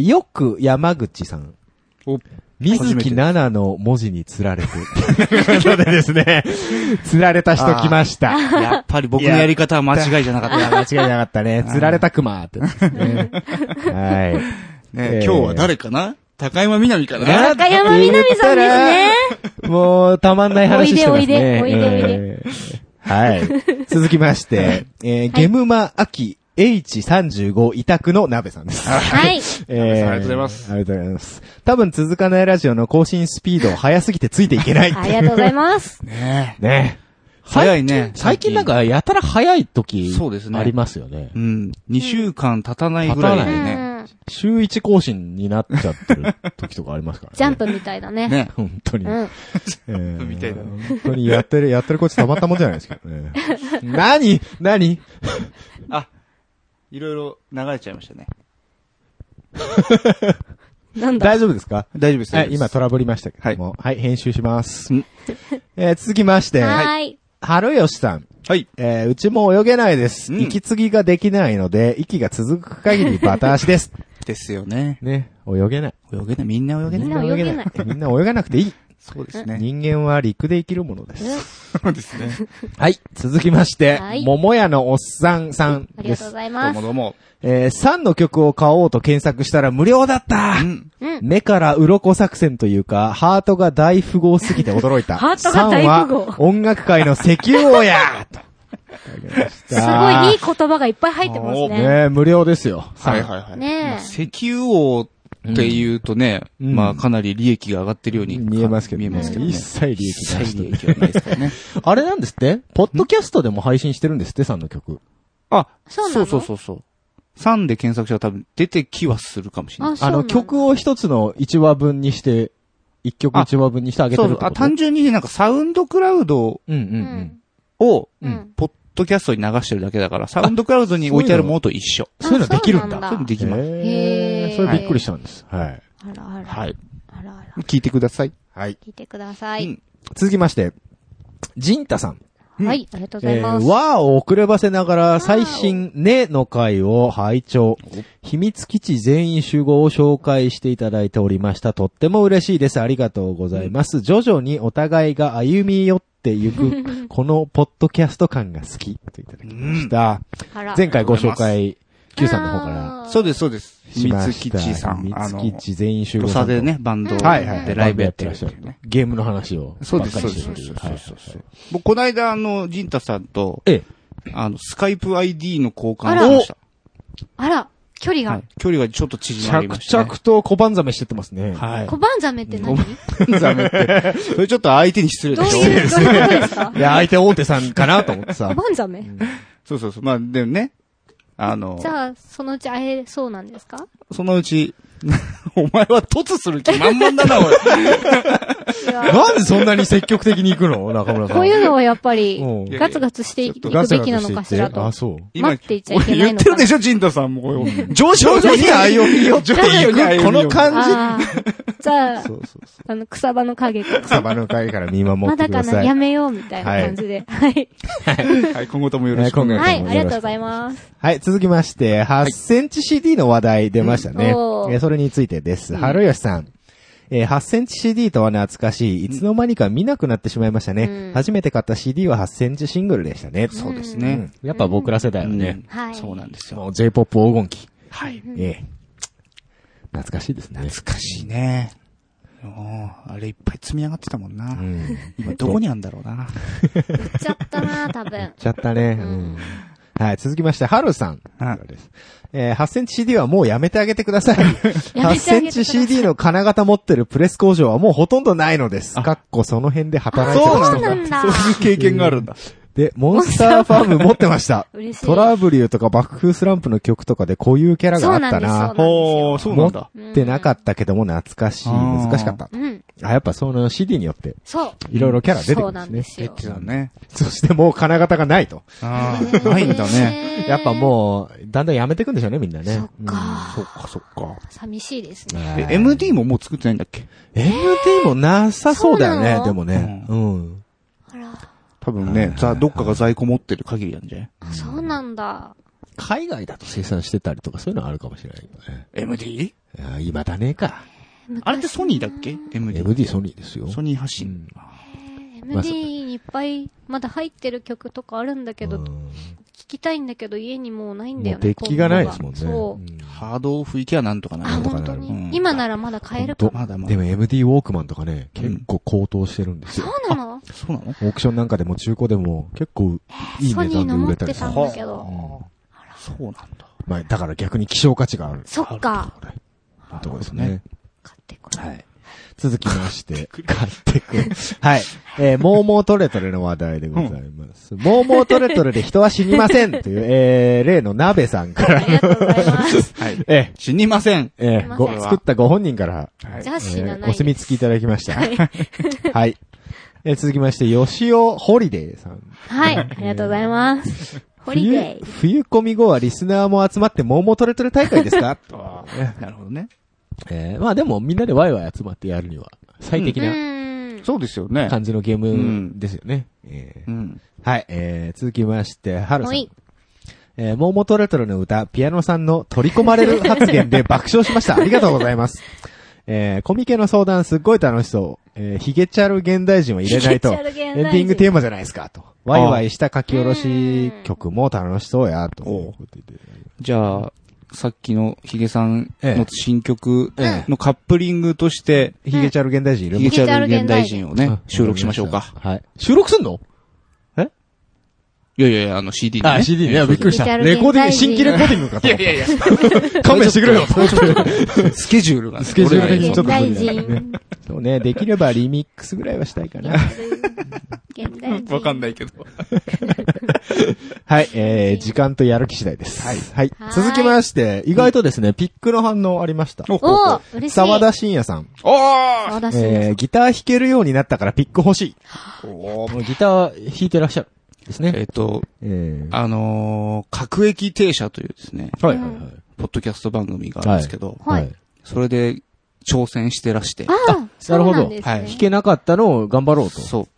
よく山口さん。水木奈々の文字に釣られて。ということでですね、釣られた人来ました。 やっぱり僕のやり方は間違いじゃなかった。 間違いじゃなかったね。釣られた熊って、ね。はい。 ね、今日は誰かな？高山みなみかな？ 高山みなみさんですね。 もう、たまんない話してますね。 おいで。 はい。続きまして、ゲムマ秋。H35 委託の鍋さんです。 はい。 ありがとうございます。 ありがとうございます。多分続かないラジオの更新スピード早すぎてついていけない。 ありがとうございます。 ね。 早いね。 最近なんかやたら早い時そうですね。 ありますよね。 うん。2週間経たないぐらいでね。 週1更新になっちゃってる時とかありますからね。 ジャンプみたいだね。 ね。本当に。 ジャンプみたいだね。 本当にやってるこいつたまったもんじゃないですかね。何あ、いろいろ流れちゃいましたね。 なんだ大丈夫ですか？ 大丈夫です。 はい、今トラブりましたけども。はい、編集します。続きまして。 はい。 春吉さん。 はい。 うちも泳げないです。息継ぎができないので、息が続く限りバタ足です。 ですよね。 ね、泳げない。 みんな泳げない。 みんな泳げない。 みんな泳がなくていい。 そうですね。 人間は陸で生きるものです。 そうですね。 はい。続きまして、桃屋のおっさんさんです。 ありがとうございます。 どうもどうも。 サンの曲を買おうと検索したら無料だった、目から鱗作戦というか、ハートが大富豪すぎて驚いた。 ハートが大富豪。 サンは音楽界の石油王やと。 すごいいい言葉がいっぱい入ってますね。 ね無料ですよ。 はいはいはい。 ね石油王っていうとね、まあかなり利益が上がってるように見えますけどね。 一切利益ない。一切利益はないですからね。 あれなんですってポッドキャストでも配信してるんですって、サンの曲。 あ、そうそう。サンで検索したら多分出てきはするかもしれない。 曲を一つの1話分にして、1曲1話分にしてあげてるってこと？ 単純になんかサウンドクラウドを、ポッドキャストに流してるだけだから、サウンドクラウドに置いてあるものと一緒。 そういうのできるんだ。 そういうのできます。 それびっくりしたんです。はい。 はい。聞いてください。 はい。 聞いてください。 続きまして、ジンタさん。 はい、ありがとうございます。 和を遅ればせながら最新ねの回を拝聴。秘密基地全員集合を紹介していただいておりました。とっても嬉しいです。ありがとうございます。徐々にお互いが歩み寄ってゆく、このポッドキャスト感が好きといただきました。前回ご紹介、Q さんの方から。 そうです、そうです。秘密基地さん。 秘密基地全員集合。 土佐でね、バンドでライブやってらっしゃるね。 ゲームの話を。 そうです、そうです。僕、この間、ジンタさんと、スカイプ ID の交換をしました。 あら、距離がちょっと縮まりました。 着々と小判ザメしてってますね。 はい。小判ザメって何？ 小判ザメって。それちょっと相手に失礼でしょ。 どういうことですか？ いや、相手大手さんかなと思ってさ。 小判ザメ？ そう。まあ、でもね。じゃあ、そのうち会えそうなんですか？ そのうち、お前は突する気満々だな、おい。 なんでそんなに積極的に行くの中村さん。 こういうのはやっぱり、ガツガツしていくべきなのかしらと。 あ、そう。 待っていちゃいけないのか。 言ってるでしょ、ジンタさんも。上昇に歩み寄っていく、 この感じ。 じゃあ、草場の陰から。 草場の陰から見守ってください。 まだかな、やめようみたいな感じで。はい。 はい、今後ともよろしくお願いします。 はい、ありがとうございます。 はい、続きまして、8センチ CD の話題出ましたね。それについてです。春吉さん。8センチ CD とは懐かしい。いつの間にか見なくなってしまいましたね。初めて買った CD は8センチシングルでしたね。 そうですね。 やっぱ僕ら世代はね。 はい。 そうなんですよ。 もう J-POP 黄金期。 はい。 懐かしいですね。 懐かしいね。あれいっぱい積み上がってたもんな。今どこにあんだろうな。 売っちゃったな、多分。売っちゃったね。はい、続きまして、ハルさん。8センチ CD はもうやめてあげてください。8センチ CD の金型持ってるプレス工場はもうほとんどないのです。その辺で働いてました。 そうなんだ。 そういう経験があるんだ。 で、モンスターファーム持ってました。トラブリューとか爆風スランプの曲とかでこういうキャラがあったな。 そうなんだ。 持ってなかったけども懐かしい。難しかった。やっぱその CD によって、いろいろキャラ出てくるんですね。 出てたね。 そしてもう金型がないと。 ないんだね。 やっぱもう、だんだんやめていくんでしょうね、みんなね。 そっか。寂しいですね。 MD ももう作ってないんだっけ？ MD もなさそうだよね、でもね。 多分ね、どっかが在庫持ってる限りなんじゃない？ そうなんだ。 海外だと生産してたりとかそういうのあるかもしれないけどね。 MD？ いや、今だねえか。 あれってソニーだっけ？ MD ソニーですよ。 ソニー発信。 MD にいっぱいまだ入ってる曲とかあるんだけど、聞きたいんだけど家にもうないんだよね。 デッキがないですもんね。 そう。 ハードオフ行きゃなんとかなる。 本当に。今ならまだ買えるかも。 でも MD ウォークマンとかね、結構高騰してるんですよ。 そうなの？ そうなの？ オークションなんかでも中古でも結構いい値段で売れたりする。 ソニーの持ってたんだけど。 そうなんだ。 まあだから逆に希少価値がある。 そっか。 とこですね。 買ってこい。 はい。続きまして、買ってくる。はい。モーモートレトレの話題でございます。モーモートレトレで人は死にませんという、例の鍋さんから。 ありがとうございます。 はい。死にません。 作ったご本人から、 じゃあ死なない。 お墨付きいただきました。はい。続きまして、吉尾ホリデーさん。 はい。ありがとうございます。ホリデー。 冬込み後はリスナーも集まってモーモートレトレ大会ですかなるほどね。 まあでもみんなでワイワイ集まってやるには最適なそうですよね。 感じのゲームですよね。はい、続きまして、ハルさん。モーモトレトロの歌、ピアノさんの取り込まれる発言で爆笑しました。ありがとうございます。コミケの相談すっごい楽しそヒゲチャル現代人を入れないと、エンディングテーマじゃないですか、と。ワイワイした書き下ろし曲も楽しそうや、と。 じゃあ、さっきのヒゲさんの新曲のカップリングとして、 ヒゲチャル現代人入れます。ヒゲチャル現代人をね、収録しましょうか。 はい。収録すんの？ いや、CD ね。 CD ね。びっくりした。レコーディング、新規レコーディングかと。いや。勘弁してくれよ。 スケジュールがね。 スケジュール的にちょっと無理だね。そうね、できればリミックスぐらいはしたいかな。 わかんないけど。 はい、時間とやる気次第です。はい。続きまして、意外とですね、ピックの反応ありました。 お嬉しい。 沢田信也さん。ギター弾けるようになったからピック欲しい。ギター弾いてらっしゃる。ですね。 各駅停車というですね。 はい。 ポッドキャスト番組があるんですけど。 はい。 それで挑戦してらして。 なるほど。 はい。 弾けなかったのを頑張ろうと。 そう。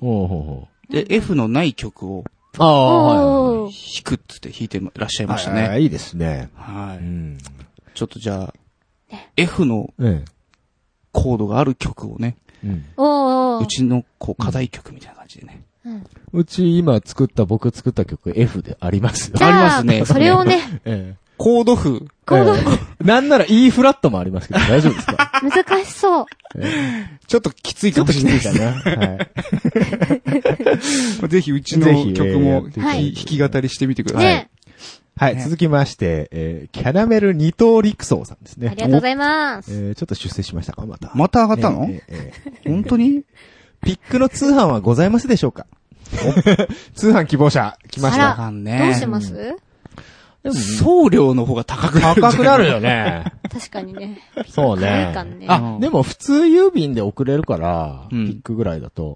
で、F のない曲を。 弾くっつって弾いてらっしゃいましたね。 いいですね。 はい。ちょっとじゃあ、F のコードがある曲をね。うちの課題曲みたいな感じでね。 うち僕作った曲 F でありますよ。 ありますね。それをね。 コード譜。 なんなら E フラットもありますけど大丈夫ですか？ 難しそう。 ちょっときついかもしれないですね。ぜひうちの曲も弾き語りしてみてください。 はい、続きまして、キャラメル二等陸曹さんですね。 ありがとうございます。 ちょっと出世しましたかまた。 また上がったの？本当に？ ピックの通販はございますでしょうか？通販希望者来ました。 どうします？ でも送料の方が高くなるよね。 確かにね。 そうね。でも普通郵便で送れるから、ピックぐらいだと。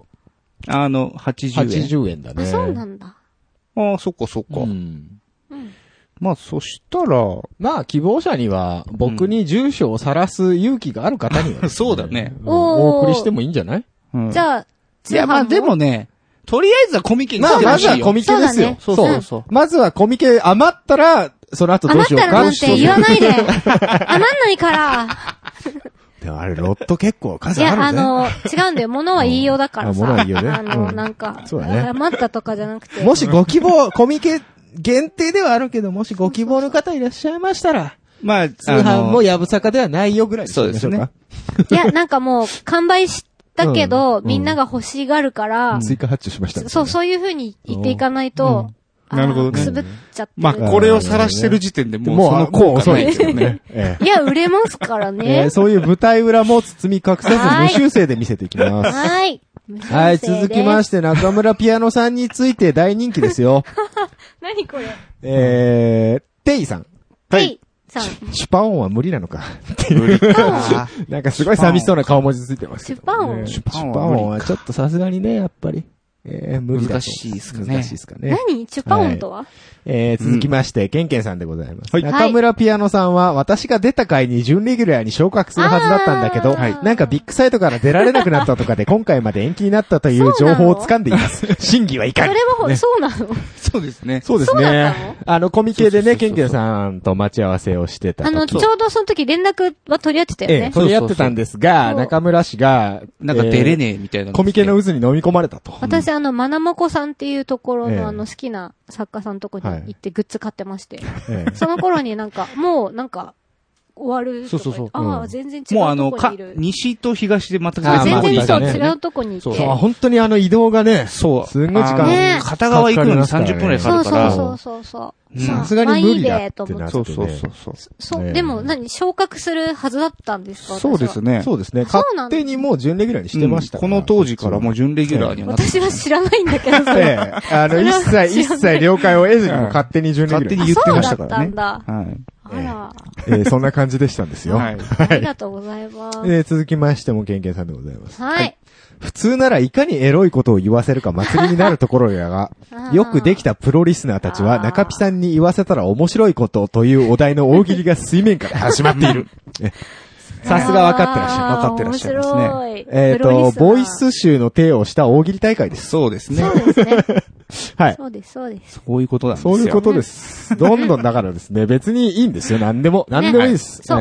80 円だね。 そうなんだ。 そっか。まあ、そしたら。 まあ、希望者には、僕に住所を晒す勇気がある方には、 そうだね。 お送りしてもいいんじゃない？ じゃあ、 いや、まあでもね、とりあえずはコミケにまずはコミケですよ。 そう。 まずはコミケ余ったら、その後どうしようか。 余ったらなんて言わないで。余んないから。 でもあれ、ロット結構数あるね。 いや、違うんだよ。物は言いようだからさ。 物は言いよね。 なんか、 そうだね。 余ったとかじゃなくて。 もしご希望、コミケ限定ではあるけど、もしご希望の方いらっしゃいましたら、 まあ、 通販もやぶさかではないよぐらいにしましょうか。 いや、なんかもう、完売したけど、みんなが欲しがるから、 追加発注しましたね。 そういう風に言っていかないと、 なるほどね。 くすぶっちゃって。 まあ、これを晒してる時点でもうその効果ないですよね。 いや、売れますからね。 そういう舞台裏も包み隠さず無修正で見せていきます。 はい。 はい、続きまして中村ピアノさんについて大人気ですよ。 何これ？ テイさん。 テイさん。 シュパオンは無理なのか。なんかすごい寂しそうな顔文字ついてますけど。 シュパオン？ シュパオンはちょっとさすがにね、やっぱり。無理だと。 難しいですかね。 難しいですかね。 何チュパオンとは？ 続きまして、ケンケンさんでございます。中村ピアノさんは、私が出た回に準レギュラーに昇格するはずだったんだけど、なんかビッグサイトから出られなくなったとかで、今回まで延期になったという情報を掴んでいます。真偽はいかん。 それも、そうなの？ そうですね。 そうですね。コミケでね、ケンケンさんと待ち合わせをしてた。 ちょうどその時連絡は取り合ってたよね。 取り合ってたんですが、中村氏が、 なんか出れねえみたいな。 コミケの渦に飲み込まれたと。 私マナモコさんっていうところの好きな作家さんのとこに行ってグッズ買ってまして。その頃になんか、もうなんか、終わる。 そう。 ああ、全然違うとこにいる。 もう西と東で全く全然違うとこにいて。 本当に移動がね、 そう。 すんごい時間。 片側行くのに30分くらいかかるから。 そう。 さすがに無理だってなって。 そう。でも昇格するはずだったんですか？ そうですね。 そうですね。勝手にもう準レギュラーにしてました。 この当時からもう準レギュラーになって。 私は知らないんだけど、それ。一切了解を得ずに勝手に準レギュラー。 勝手に言ってましたからね。 そうだったんだ。はい。あら。そんな感じでしたんですよ。 はい。ありがとうございます。 続きましても、ケンケンさんでございます。 はい。 普通ならいかにエロいことを言わせるか祭りになるところやが、よくできたプロリスナーたちは中ピさんに言わせたら面白いことというお題の大喜利が水面から始まっている。さすが分かってらっしゃる。 分かってらっしゃいますね。 ボイス集の体をした大喜利大会です。 そうですね。 そうですね。 はい。 そうです。 そういうことなんですよ。 そういうことです。どんどんだからですね、別にいいんですよ。何でもいいです。 そう。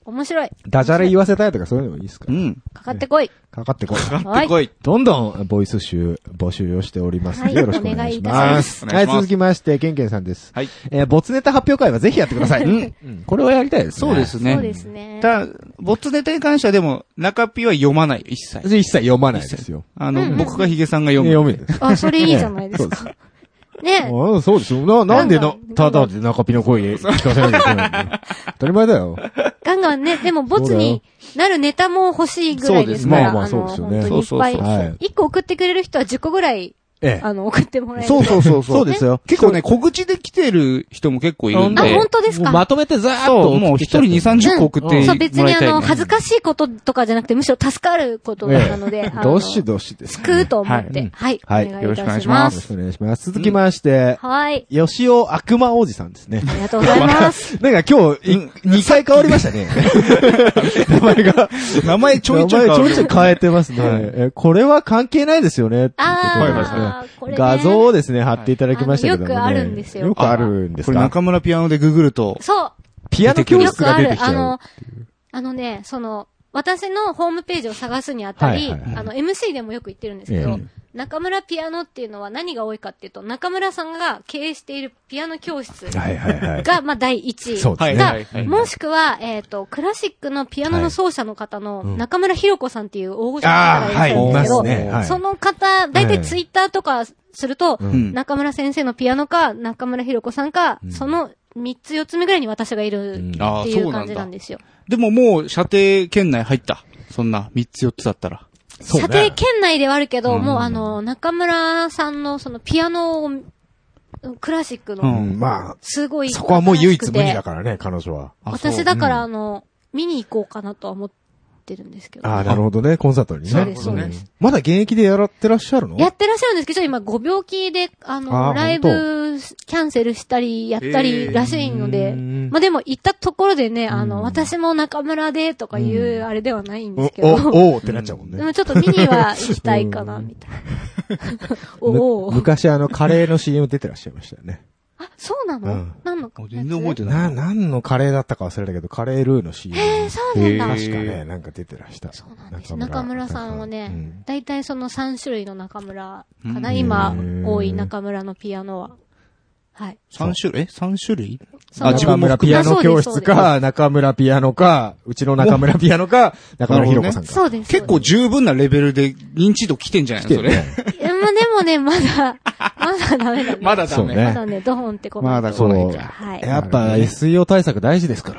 面白い。 ダジャレ言わせたいとかそういうのもいいですか？ かかってこい。 かかってこい。 かかってこい。 どんどんボイス集募集をしておりますので、よろしくお願いします。はい、続きまして、ケンケンさんです。はい。没ネタ発表会はぜひやってください。これはやりたいですね。 そうですね。 そうですね。 没ネタに関してはでも、中ピは読まないよ、一切。 一切読まないですよ。 僕がヒゲさんが読む。 あ、それいいじゃないですか。ねえ。そうですよ。なんでただで中ピの声聞かせなきゃいけないの？当たり前だよ。 ガンガンね、でもボツになるネタも欲しいぐらいですから。 まあそうですよね。 本当にいっぱい。1個送ってくれる人は10個ぐらい。送ってもらえる。 そうですよ。 結構ね、小口で来てる人も結構いるんで。 あ、本当ですか？ まとめてザーッと。 もう一人2、30個送ってもらいたい。 そう、別に恥ずかしいこととかじゃなくて、むしろ助かることなので。 どしどしです。 救うと思って。はい。 はい。よろしくお願いします。 よろしくお願いします。続きまして。 はい。 吉尾悪魔王子さんですね。 ありがとうございます。 なんか今日、2回変わりましたね。名前が。 名前ちょいちょい変えてますね。これは関係ないですよね。画像をですね、貼っていただきましたけども、ね。 よくあるんですよ。 よくあるんですか？ これ中村ピアノでググると。 そう。 ピアノ教室が出てきちゃう。 ね、私のホームページを探すにあたり、MC でもよく言ってるんですけど、中村ピアノっていうのは何が多いかっていうと、中村さんが経営しているピアノ教室が、まあ、第1位が、もしくは、クラシックのピアノの奏者の方の中村ひろ子さんっていう大御所の方がいらっしゃるんですけど、その方、だいたいツイッターとかすると、中村先生のピアノか、中村ひろ子さんか、その3つ4つ目ぐらいに私がいるっていう感じなんですよ。 でももう射程圏内入った。そんな3つ4つだったら。 射程圏内ではあるけど、もう中村さんのそのピアノを、クラシックの、 まあ、 すごい。 そこはもう唯一無二だからね、彼女は。 私だから見に行こうかなとは思ってるんですけど。 なるほどね、コンサートにね。 そうです、そうです。 まだ現役でやってらっしゃるの？ やってらっしゃるんですけど、今ご病気で、ライブキャンセルしたり、やったりらしいので、まあでも行ったところでね、私も中村でとかいうあれではないんですけど。 おーってなっちゃうもんね。 でもちょっと見には行きたいかな、みたいな。 昔カレーの CM 出てらっしゃいましたよね。 あ、そうなの？何の？ 全然覚えてない。 何のカレーだったか忘れたけど、カレールーの CM。 そうなんだ。 確かね、なんか出てらした。 そうなんです。中村さんはね、だいたいその3種類の中村かな、今多い中村のピアノは。はい。 3種類？3種類？ 中村ピアノ教室か、中村ピアノか、うちの中村ピアノか、中村ひろ子さんか。 そうです。 結構十分なレベルで認知度来てんじゃないのそれ。 でもね、まだダメだね。 まだダメ。 まだね、ドーンってこまだ来ないか。 はい。 やっぱ SEO 対策大事ですから。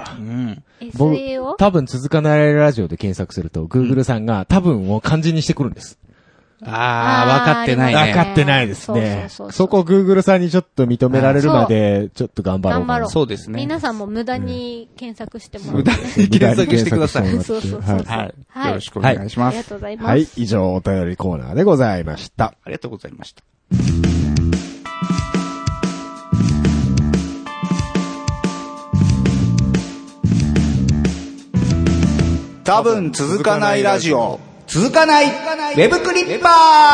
SEO？ 多分続かないラジオで検索すると、Google さんが多分を漢字にしてくるんです。 分かってないね。 分かってないですね。そこ Google さんにちょっと認められるまで、ちょっと頑張ろう。 頑張ろう。 そうですね。 皆さんも無駄に検索してもらって。無駄に検索してください。 そう。 はい。よろしくお願いします。 ありがとうございます。 はい。以上、お便りコーナーでございました。 ありがとうございました。多分続かないラジオ。続かないウェブクリッパ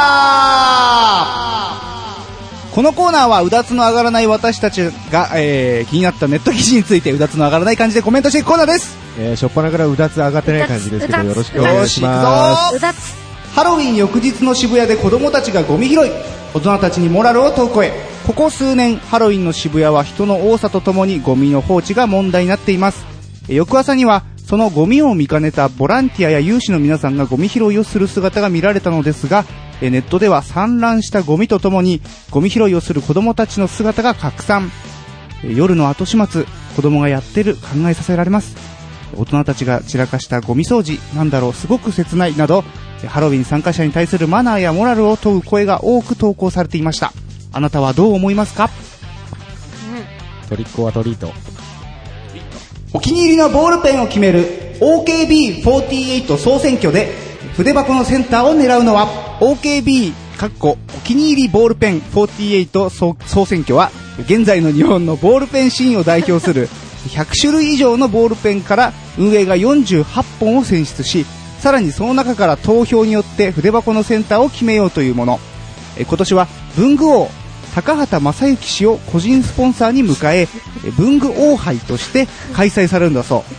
ー。このコーナーはうだつの上がらない私たちが、気になったネット記事についてうだつの上がらない感じでコメントしていくコーナーです。 しょっぱなからうだつ上がってない感じですけどよろしくお願いします。 うだつ。 ハロウィン翌日の渋谷で子供たちがゴミ拾い、大人たちにモラルを問う声。ここ数年ハロウィンの渋谷は人の多さとともにゴミの放置が問題になっています。翌朝にはそのゴミを見かねたボランティアや有志の皆さんがゴミ拾いをする姿が見られたのですが、ネットでは散乱したゴミとともにゴミ拾いをする子供たちの姿が拡散。夜の後始末、子供がやってる考えさせられます。大人たちが散らかしたゴミ掃除、なんだろうすごく切ないなど、ハロウィン参加者に対するマナーやモラルを問う声が多く投稿されていました。あなたはどう思いますか？ トリックオアトリート。 お気に入りのボールペンを決める OKB48 総選挙で筆箱のセンターを狙うのは OKB お気に入りボールペン48 総選挙は現在の日本のボールペンシーンを代表する100種類以上のボールペンから運営が48本を選出し、さらにその中から投票によって筆箱のセンターを決めようというもの。今年は文具王高畑正幸氏を個人スポンサーに迎え、文具王杯として開催されるんだそ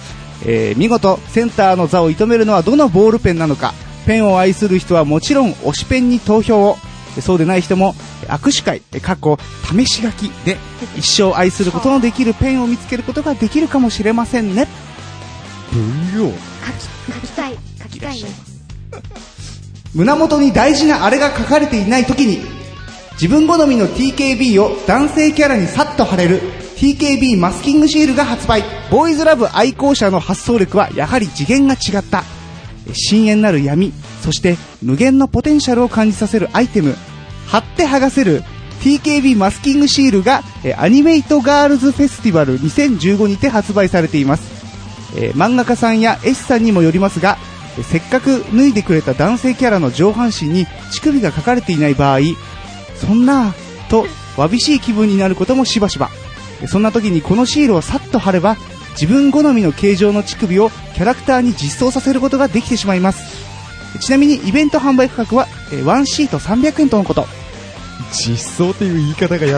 見事センターの座を射止めるのはどのボールペンなのか。ペンを愛する人はもちろん推しペンに投票を、そうでない人も握手会試し書きで一生愛することのできるペンを見つけることができるかもしれませんね。 文量書きたいね。 胸元に大事なあれが書かれていない時に自分好みの TKB を男性キャラにさっと貼れる TKB マスキングシールが発売。ボーイズラブ愛好者の発想力はやはり次元が違った。深淵なる闇、そして無限のポテンシャルを感じさせるアイテム、貼って剥がせる TKB マスキングシールがアニメイトガールズフェスティバル2015にて発売されています。漫画家さんや絵師さんにもよりますが、せっかく脱いでくれた男性キャラの上半身に乳首が書かれていない場合、そんなとわびしい気分になることもしばしば。そんな時にこのシールをさっと貼れば自分好みの形状の乳首をキャラクターに実装させることができてしまいます。ちなみにイベント販売価格は1シート300円とのこと。 実装という言い方が嫌だ。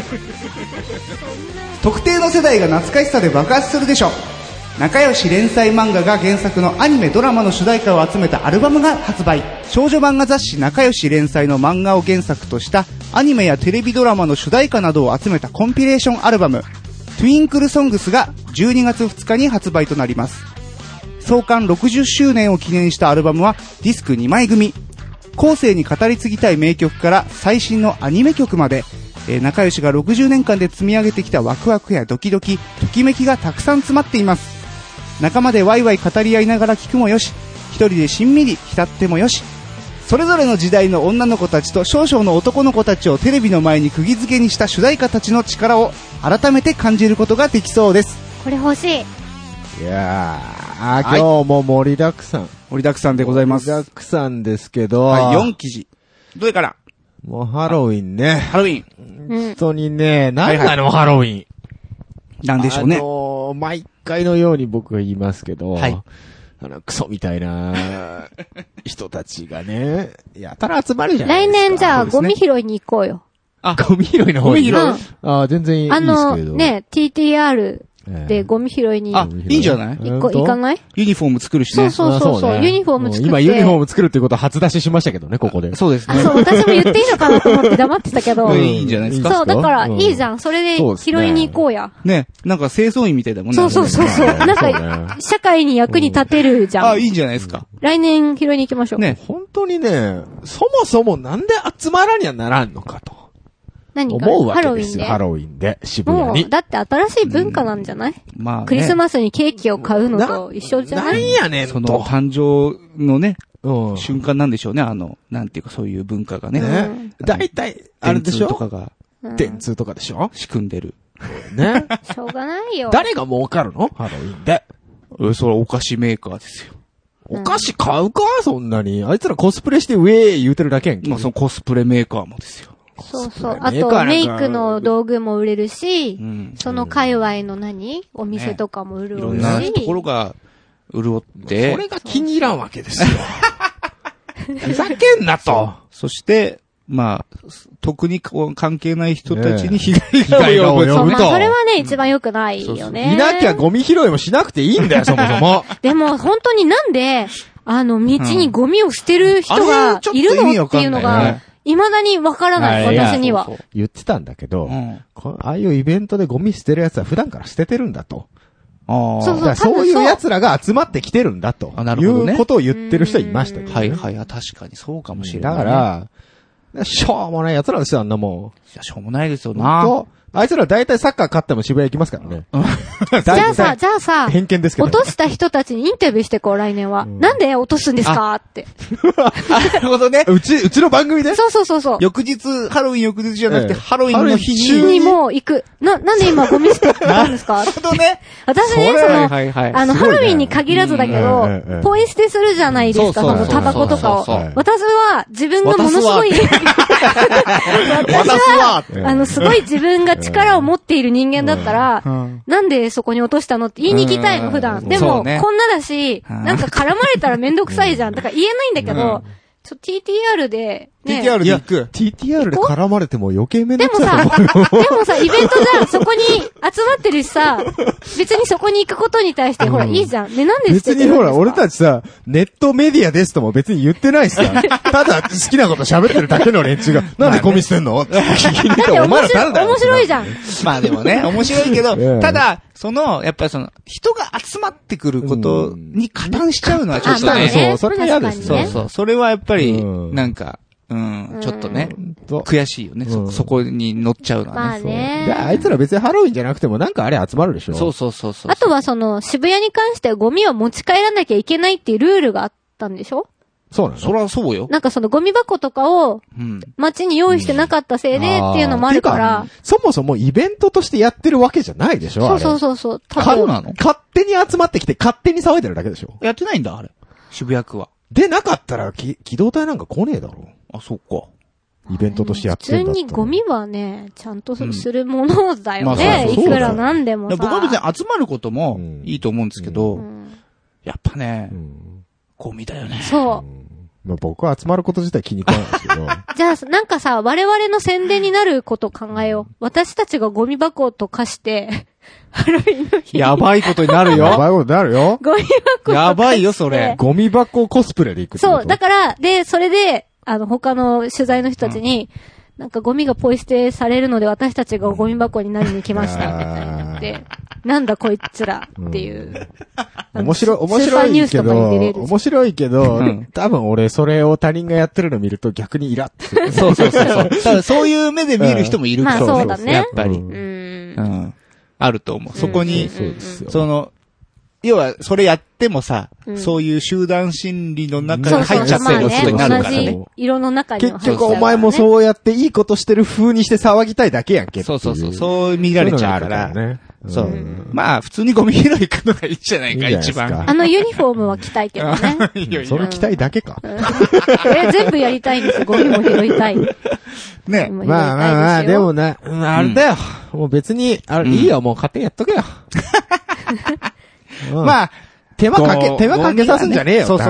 特定の世代が懐かしさで爆発するでしょう。仲良し連載漫画が原作のアニメドラマの主題歌を集めたアルバムが発売。少女漫画雑誌仲良し連載の漫画を原作としたアニメやテレビドラマの主題歌などを集めたコンピレーションアルバムトゥインクルソングスが12月2日に発売となります。創刊60周年を記念したアルバムはディスク2枚組。後世に語り継ぎたい名曲から最新のアニメ曲まで、仲良しが60年間で積み上げてきたワクワクやドキドキ、ときめきがたくさん詰まっています。仲間でワイワイ語り合いながら聴くもよし、一人でしんみり浸ってもよし、それぞれの時代の女の子たちと少々の男の子たちをテレビの前に釘付けにした主題歌たちの力を改めて感じることができそうです。 これ欲しい。 いやー、今日も盛りだくさん。 盛りだくさんでございます。 盛りだくさんですけど。 はい、4記事。どれから？ もうハロウィンね。 ハロウィン。 本当にね、何なの、ハロウィン。 なんでしょうね。 毎回のように僕が言いますけど、 はい。 クソみたいな人たちがね、やたら集まるじゃないですか。来年じゃあ、ゴミ拾いに行こうよ。 あ、ゴミ拾いの方に。全然いいですけど。 ね、TTR。で、ゴミ拾いに。 あ、いいんじゃない？ 行かない？ ユニフォーム作るしね。 そう、ユニフォーム作って。 今ユニフォーム作るっていうことを初出ししましたけどね、ここで。 そうですね。 そう、私も言っていいのかなと思って黙ってたけど。 いいんじゃないですか。 そう、だから、いいじゃん。それで拾いに行こうや。 ね、なんか清掃員みたいだもんね。 そう。なんか、社会に役に立てるじゃん。 あ、いいんじゃないですか。 来年拾いに行きましょう。 ね、本当にね、そもそもなんで集まらにはならんのかと。 何か思うわけですよ、ハロウィンで、渋谷に。 だって新しい文化なんじゃない？まあ、クリスマスにケーキを買うのと一緒じゃない？ なんやねんその誕生のね、瞬間なんでしょうね、なんていうかそういう文化がね。 だいたい、あれでしょ？ 電通とかが。 電通とかでしょ？ 仕組んでる。 ね。 しょうがないよ。 誰が儲かるの？ハロウィンで。 それはお菓子メーカーですよ。 お菓子買うか？そんなに。あいつらコスプレしてウェー言うてるだけやんけ。 まあそのコスプレメーカーもですよ。 そう。あと、メイクの道具も売れるし、その界隈のお店とかも潤うし。いろんなところが潤って。 それが気に入らんわけですよ。ふざけんなと。 そして、まあ、特に関係ない人たちに被害が及ぶと。 それはね、一番良くないよね。 いなきゃゴミ拾いもしなくていいんだよ、そもそも。 でも、本当になんで、道にゴミを捨てる人がいるのっていうのが、未だにわからない、私には。 言ってたんだけど、ああいうイベントでゴミ捨てる奴は普段から捨ててるんだと。そういう奴らが集まってきてるんだと。いうことを言ってる人いましたけど。 はい、確かにそうかもしれない。 だから、しょうもない奴らですよ、あんなもん。 いや、しょうもないですよな。 あいつら大体サッカー勝っても渋谷行きますからね。 じゃあさ、 偏見ですけど。 落とした人たちにインタビューしてこう、来年は。なんで落とすんですかって。 なるほどね。 うちの番組で？ そう。 翌日、ハロウィン翌日じゃなくて、ハロウィンの日にも行く。なんで今ゴミ捨てたんですか？ なるほどね。 私ね、ハロウィンに限らずだけど、ポイ捨てするじゃないですか、そのタバコとかを。私は自分がものすごい、私は、すごい自分が力を持っている人間だったら、なんでそこに落としたのって言いに行きたいの、普段。でも、こんなだし、なんか絡まれたらめんどくさいじゃん。だから言えないんだけど、 TTR で、 ね。TTR で行く。 TTR で絡まれても余計めんどくさいと思うよ。でもさ、イベントじゃん、そこに集まってるしさ、別にそこに行くことに対して、ほら、いいじゃん。ね、なんで別にほら、俺たちさ、ネットメディアですとも別に言ってないしさ、ただ好きなこと喋ってるだけの連中が、なんでゴミ捨てんのって聞きに行って、お前ら誰だよ。 面白いじゃん。 まあでもね、面白いけど、ただ、やっぱり人が集まってくることに加担しちゃうのはちょっとね。 そう、それが嫌です。 そうそう。それはやっぱり、なんか、ちょっとね、悔しいよね。そこに乗っちゃうのはね。 まあね。 で、あいつら別にハロウィンじゃなくてもなんかあれ集まるでしょ。 そう。 あとは渋谷に関してはゴミは持ち帰らなきゃいけないっていうルールがあったんでしょ？ そうなの？ そらそうよ。 なんかゴミ箱とかを、街に用意してなかったせいでっていうのもあるから。 そもそもイベントとしてやってるわけじゃないでしょ？ そう。 そうなの？ 勝手に集まってきて勝手に騒いでるだけでしょ？ やってないんだ、あれ。渋谷区は。 でなかったら機動隊なんか来ねえだろ。 あ、そっか。 イベントとしてやってるんだったら。 普通にゴミはね、ちゃんとするものだよね。いくらなんでもさ。 僕は別に集まることもいいと思うんですけど、やっぱね、ゴミだよね。 そう。 まあ僕は集まること自体気に食わないですけど。 じゃあ、なんかさ、我々の宣伝になること考えよう。私たちがゴミ箱と化して、ハロウィンの日。 やばいことになるよ。 やばいことになるよ。 ゴミ箱やばいよ、それ。 ゴミ箱コスプレで行くってこと。 そう、だから、それで、他の取材の人たちに、なんかゴミがポイ捨てされるので私たちがゴミ箱になりに来ました、みたいになって、なんだこいつらっていう。 面白いけど、多分俺それを他人がやってるの見ると逆にイラってする。 そう。ただそういう目で見る人もいるから。 まあそうだね。 やっぱり。あると思う。そこに、要は、それやってもさ、そういう集団心理の中に入っちゃってることになるからね。 同じ色の中に入っちゃうからね。 結局お前もそうやっていいことしてる風にして騒ぎたいだけやんけ。 そう。そう見られちゃうから。そう。まあ、普通にゴミ拾い行くのがいいんじゃないか、一番。 ユニフォームは着たいけどね。 それ着たいだけか。 全部やりたいんですよ。ゴミも拾いたい。 ね。 まあ、でもね、あれだよ。もう別に、いいよ、もう勝手にやっとけよ。まあ、手間かけさすんじゃねえよ。 そう。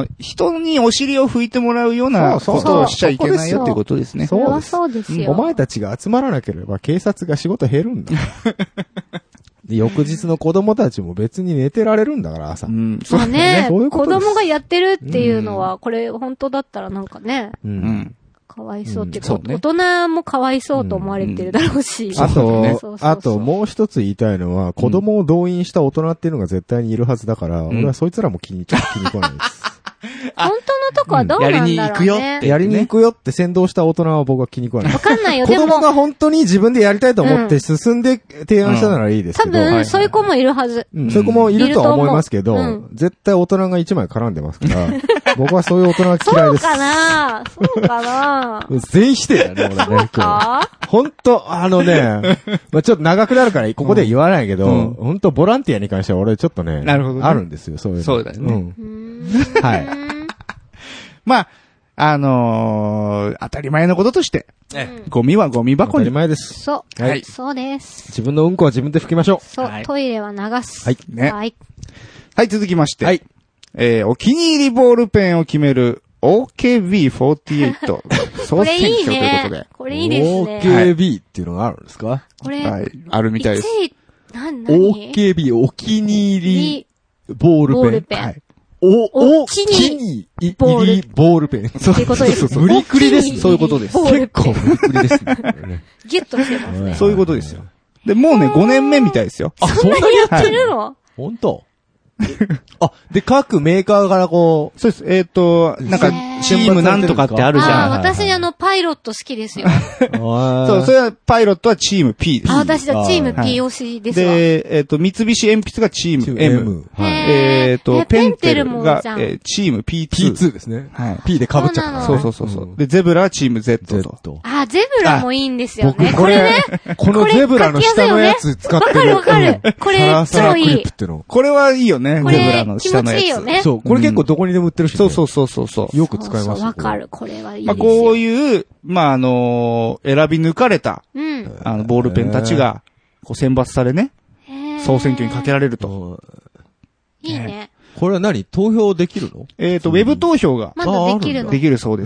人にお尻を拭いてもらうようなことをしちゃいけないよっていうことですね。 そうですよ。 お前たちが集まらなければ警察が仕事減るんだ。で、翌日の子供たちも別に寝てられるんだから、朝。 そうね。子供がやってるっていうのは、これ本当だったらなんかね。かわいそうっていうか、大人もかわいそうと思われてるだろうし。 あともう一つ言いたいのは、子供を動員した大人っていうのが絶対にいるはずだから、俺はそいつらも気に食わないです。 本当のとこはどうなんだろうね。 やりに行くよって。 やりに行くよって先導した大人は僕は気に食わない。 わかんないよ、 子供が本当に自分でやりたいと思って進んで提案したならいいですけど。 多分、そういう子もいるはず。 そういう子もいるとは思いますけど、絶対大人が一枚絡んでますから、僕はそういう大人は嫌いです。 そうかな全員否定だね、俺ね。本当まあちょっと長くなるからここでは言わないけど、本当ボランティアに関しては俺ちょっとね、 なるほど。 あるんですよ、そういうの。 そうだよね。 はい。 まあ、当たり前のこととして、ゴミはゴミ箱に。 当たり前です。 そう。はい。そうです。 自分のうんこは自分で拭きましょう。 そう。トイレは流す。 はい。 ね。はい。はい、続きまして。はい。お気に入りボールペンを決める OKB48 総選挙ということで。 これいいですね。 OKB っていうのがあるんですか？ これ。 はい。あるみたいです。 OKB お気に入りボールペン。はい。お気に入りボールペン。 そういうことです。 無理くりです。 そういうことです。 結構無理くりですね。 ギュッとしてますね。 そういうことですよ。で、もうね、5年目みたいですよ。 あ、そんなにやってるの？ 本当？で、各メーカーからこう。 そうです。なんか、チームなんとかってあるじゃん。 私パイロット好きですよ。 そう、それは、パイロットはチーム P です。 私はチーム P 推しですわ。 で、三菱鉛筆がチーム M。ペンテルが、チーム P2。 P2 ですね。はい。P で被っちゃった。 そう。で、ゼブラはチーム Z と。 ゼブラもいいんですよね。 僕これね、このゼブラの下のやつ使ってる。 わかる。これ超いい。 これはいいよね、ゼブラの下のやつ。 気持ちいいよね。 そう、これ結構どこにでも売ってるし。 そう。 よく使います。 わかる、これはいいですよ。 こういう、選び抜かれた、ボールペンたちが、選抜されね、総選挙にかけられると。 いいね。 これは何？投票できるの？ ウェブ投票が。 まだできるの？ できるそうです。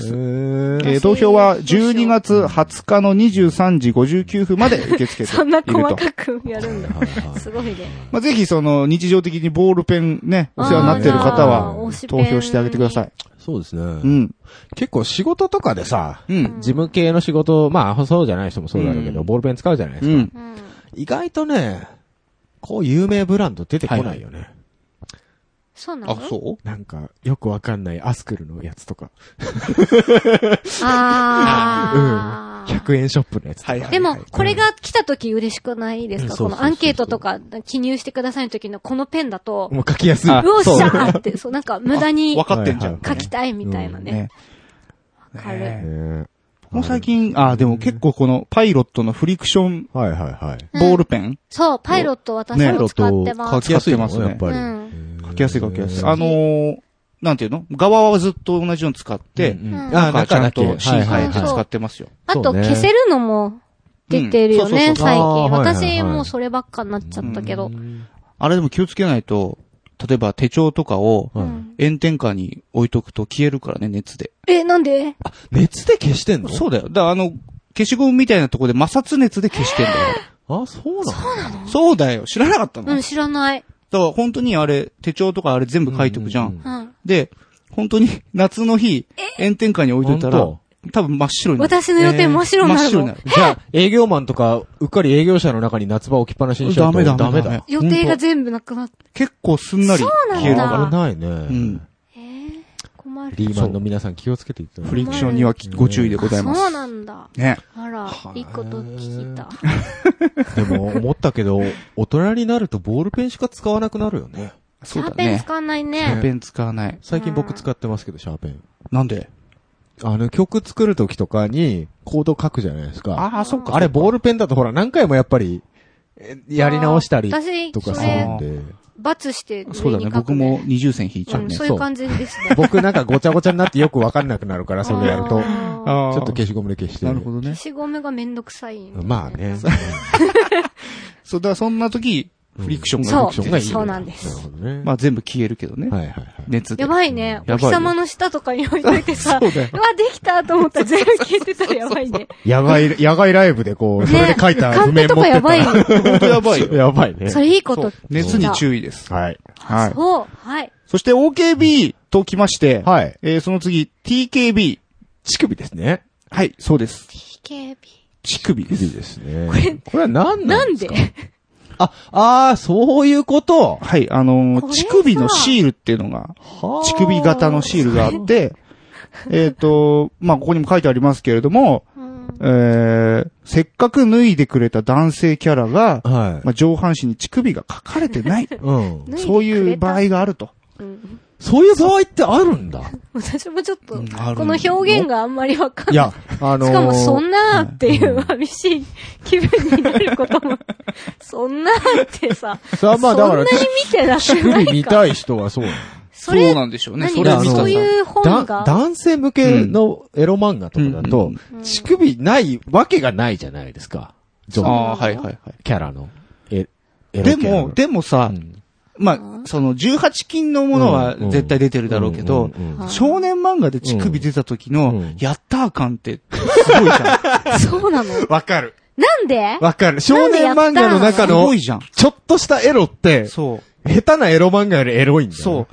投票は12月20日の23時59分まで受け付けていると。 そんな細かくやるんだ。すごいね。 まあ、ぜひ日常的にボールペンね、お世話になっている方は、投票してあげてください。 そうですね。結構仕事とかでさ、事務系の仕事、まあ、そうじゃない人もそうだろうけど、ボールペン使うじゃないですか。意外とね、こう有名ブランド出てこないよね。 そうなの？ あ、そう？ なんか、よくわかんないアスクルのやつとか。100円ショップのやつとか。 でも、これが来た時嬉しくないですか？このアンケートとか記入してくださいの時のこのペンだと。 もう書きやすい。 うおっしゃーって、なんか無駄に。 わかってんじゃん。 書きたいみたいなね。わかる。 もう最近、でも結構このパイロットのフリクション。ボールペン。 そう、パイロット私も使ってます。 書きやすいますね、やっぱり。 書きやすい。なんていうの？側はずっと同じように使って、ちゃんと芯入って使ってますよ。 あと、消せるのも出てるよね、最近。私もうそればっかになっちゃったけど。 あれでも気をつけないと、例えば手帳とかを炎天下に置いとくと消えるからね、熱で。 なんで？ 熱で消してんの？ そうだよ。だから消しゴムみたいなところで摩擦熱で消してんだよ。 そうなの？ そうだよ。知らなかったの？ 知らない。 だから本当に手帳とかあれ全部書いておくじゃん。で、本当に夏の日、炎天下に置いといたら、多分真っ白になる。 私の予定真っ白になるの？真っ白になる。 じゃあ、営業マンとか、うっかり営業者の中に夏場置きっぱなしにしちゃうとダメだ。 予定が全部なくなって。 結構すんなり消えるから。 危ないね。 困る。 リーマンの皆さん気をつけていただいて。 フリクションにはご注意でございます。 そうなんだ。 ね。 あら、いいこと聞いた。 でも、思ったけど、大人になるとボールペンしか使わなくなるよね。 そうだね。 シャーペン使わないね。 シャーペン使わない。 最近僕使ってますけど、シャーペン。 なんで？ 曲作るときとかにコード書くじゃないですか。 そっか。 あれ、ボールペンだとほら、何回もやっぱり、やり直したりとかするんで。 罰して上に書くね。 そうだね。僕も20線引いちゃうね。 そういう感じですね。 僕なんかごちゃごちゃになってよくわかんなくなるから、それやると。ちょっと消しゴムで消して。 なるほどね。 消しゴムがめんどくさい。 まあね。 そう、だからそんな時、フリクションがいい。 そうなんです。 なるほどね。 まあ全部消えるけどね。熱で。 やばいね。お日様の下とかに置いといてさ、うわ、できたと思ったら全部消えてたらやばいね。 野外ライブでこう、それで書いた譜面持ってたら。カンペとかやばいよ。 本当やばいよ。 やばいね。 それいいこと。 熱に注意です。 はい。 そう。はい。 そして OKB ときまして、 はい。 その次 TKB。 乳首ですね。 はい、そうです。 TKB。 乳首です。 ですね。これは何なんですか？ なんで？ そういうこと。 はい、乳首のシールっていうのが、乳首型のシールがあって、まあ、ここにも書いてありますけれども、せっかく脱いでくれた男性キャラが、まあ、上半身に乳首が書かれてない。そういう場合があると。 そういう場合ってあるんだ。 私もちょっと、この表現があんまりわかんない。 いや、 しかもそんなっていう寂しい気分になることも、そんなってさ、そんなに見てなくないか。 乳首見たい人はそうなの。 そうなんでしょうね。 そういう本が。 男性向けのエロ漫画とかだと、乳首ないわけがないじゃないですか。キャラの。 でもさ、まあ、その18禁のものは絶対出てるだろうけど、少年漫画で乳首出た時の、やったー感ってすごいじゃん。 そうなの？ わかる。 なんで？ わかる。少年漫画の中の、ちょっとしたエロって、下手なエロ漫画よりエロいんだよ。 そう。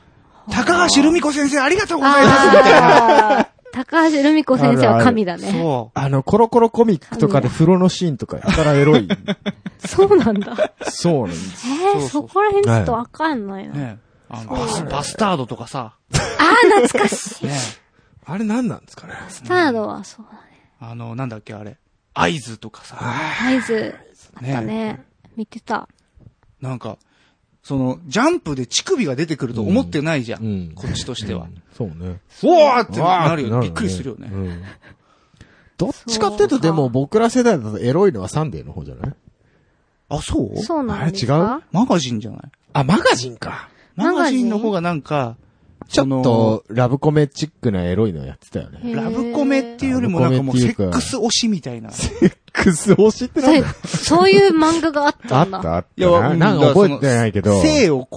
高橋留美子先生ありがとうございますみたいな。 高橋留美子先生は神だね。 そう。 コロコロコミックとかで風呂のシーンとかやたらエロい。 そうなんだ。 そうなんです。 そこら辺ちょっとわかんないな。 ね、バスタードとかさ。 懐かしい。 ね、 あれ何なんですかね。 バスタードはそうだね。なんだっけあれ。合図とかさ。 合図。あったね。見てた。 なんか、ジャンプで乳首が出てくると思ってないじゃん。こっちとしては。 そうね。 おーってなるよ。びっくりするよね。 どっちかっていうとでも僕ら世代だとエロいのはサンデーの方じゃない？ そうそうなんですか？あれ違う？マガジンじゃない？ マガジンか。 マガジンの方がなんか、 ちょっとラブコメチックなエロいのやってたよね。 ラブコメっていうよりもなんかもうセックス推しみたいな。 セックス推しってなんだ？ そういう漫画があったんだ。 あった。いや、なんか覚えてないけど。 性をこう、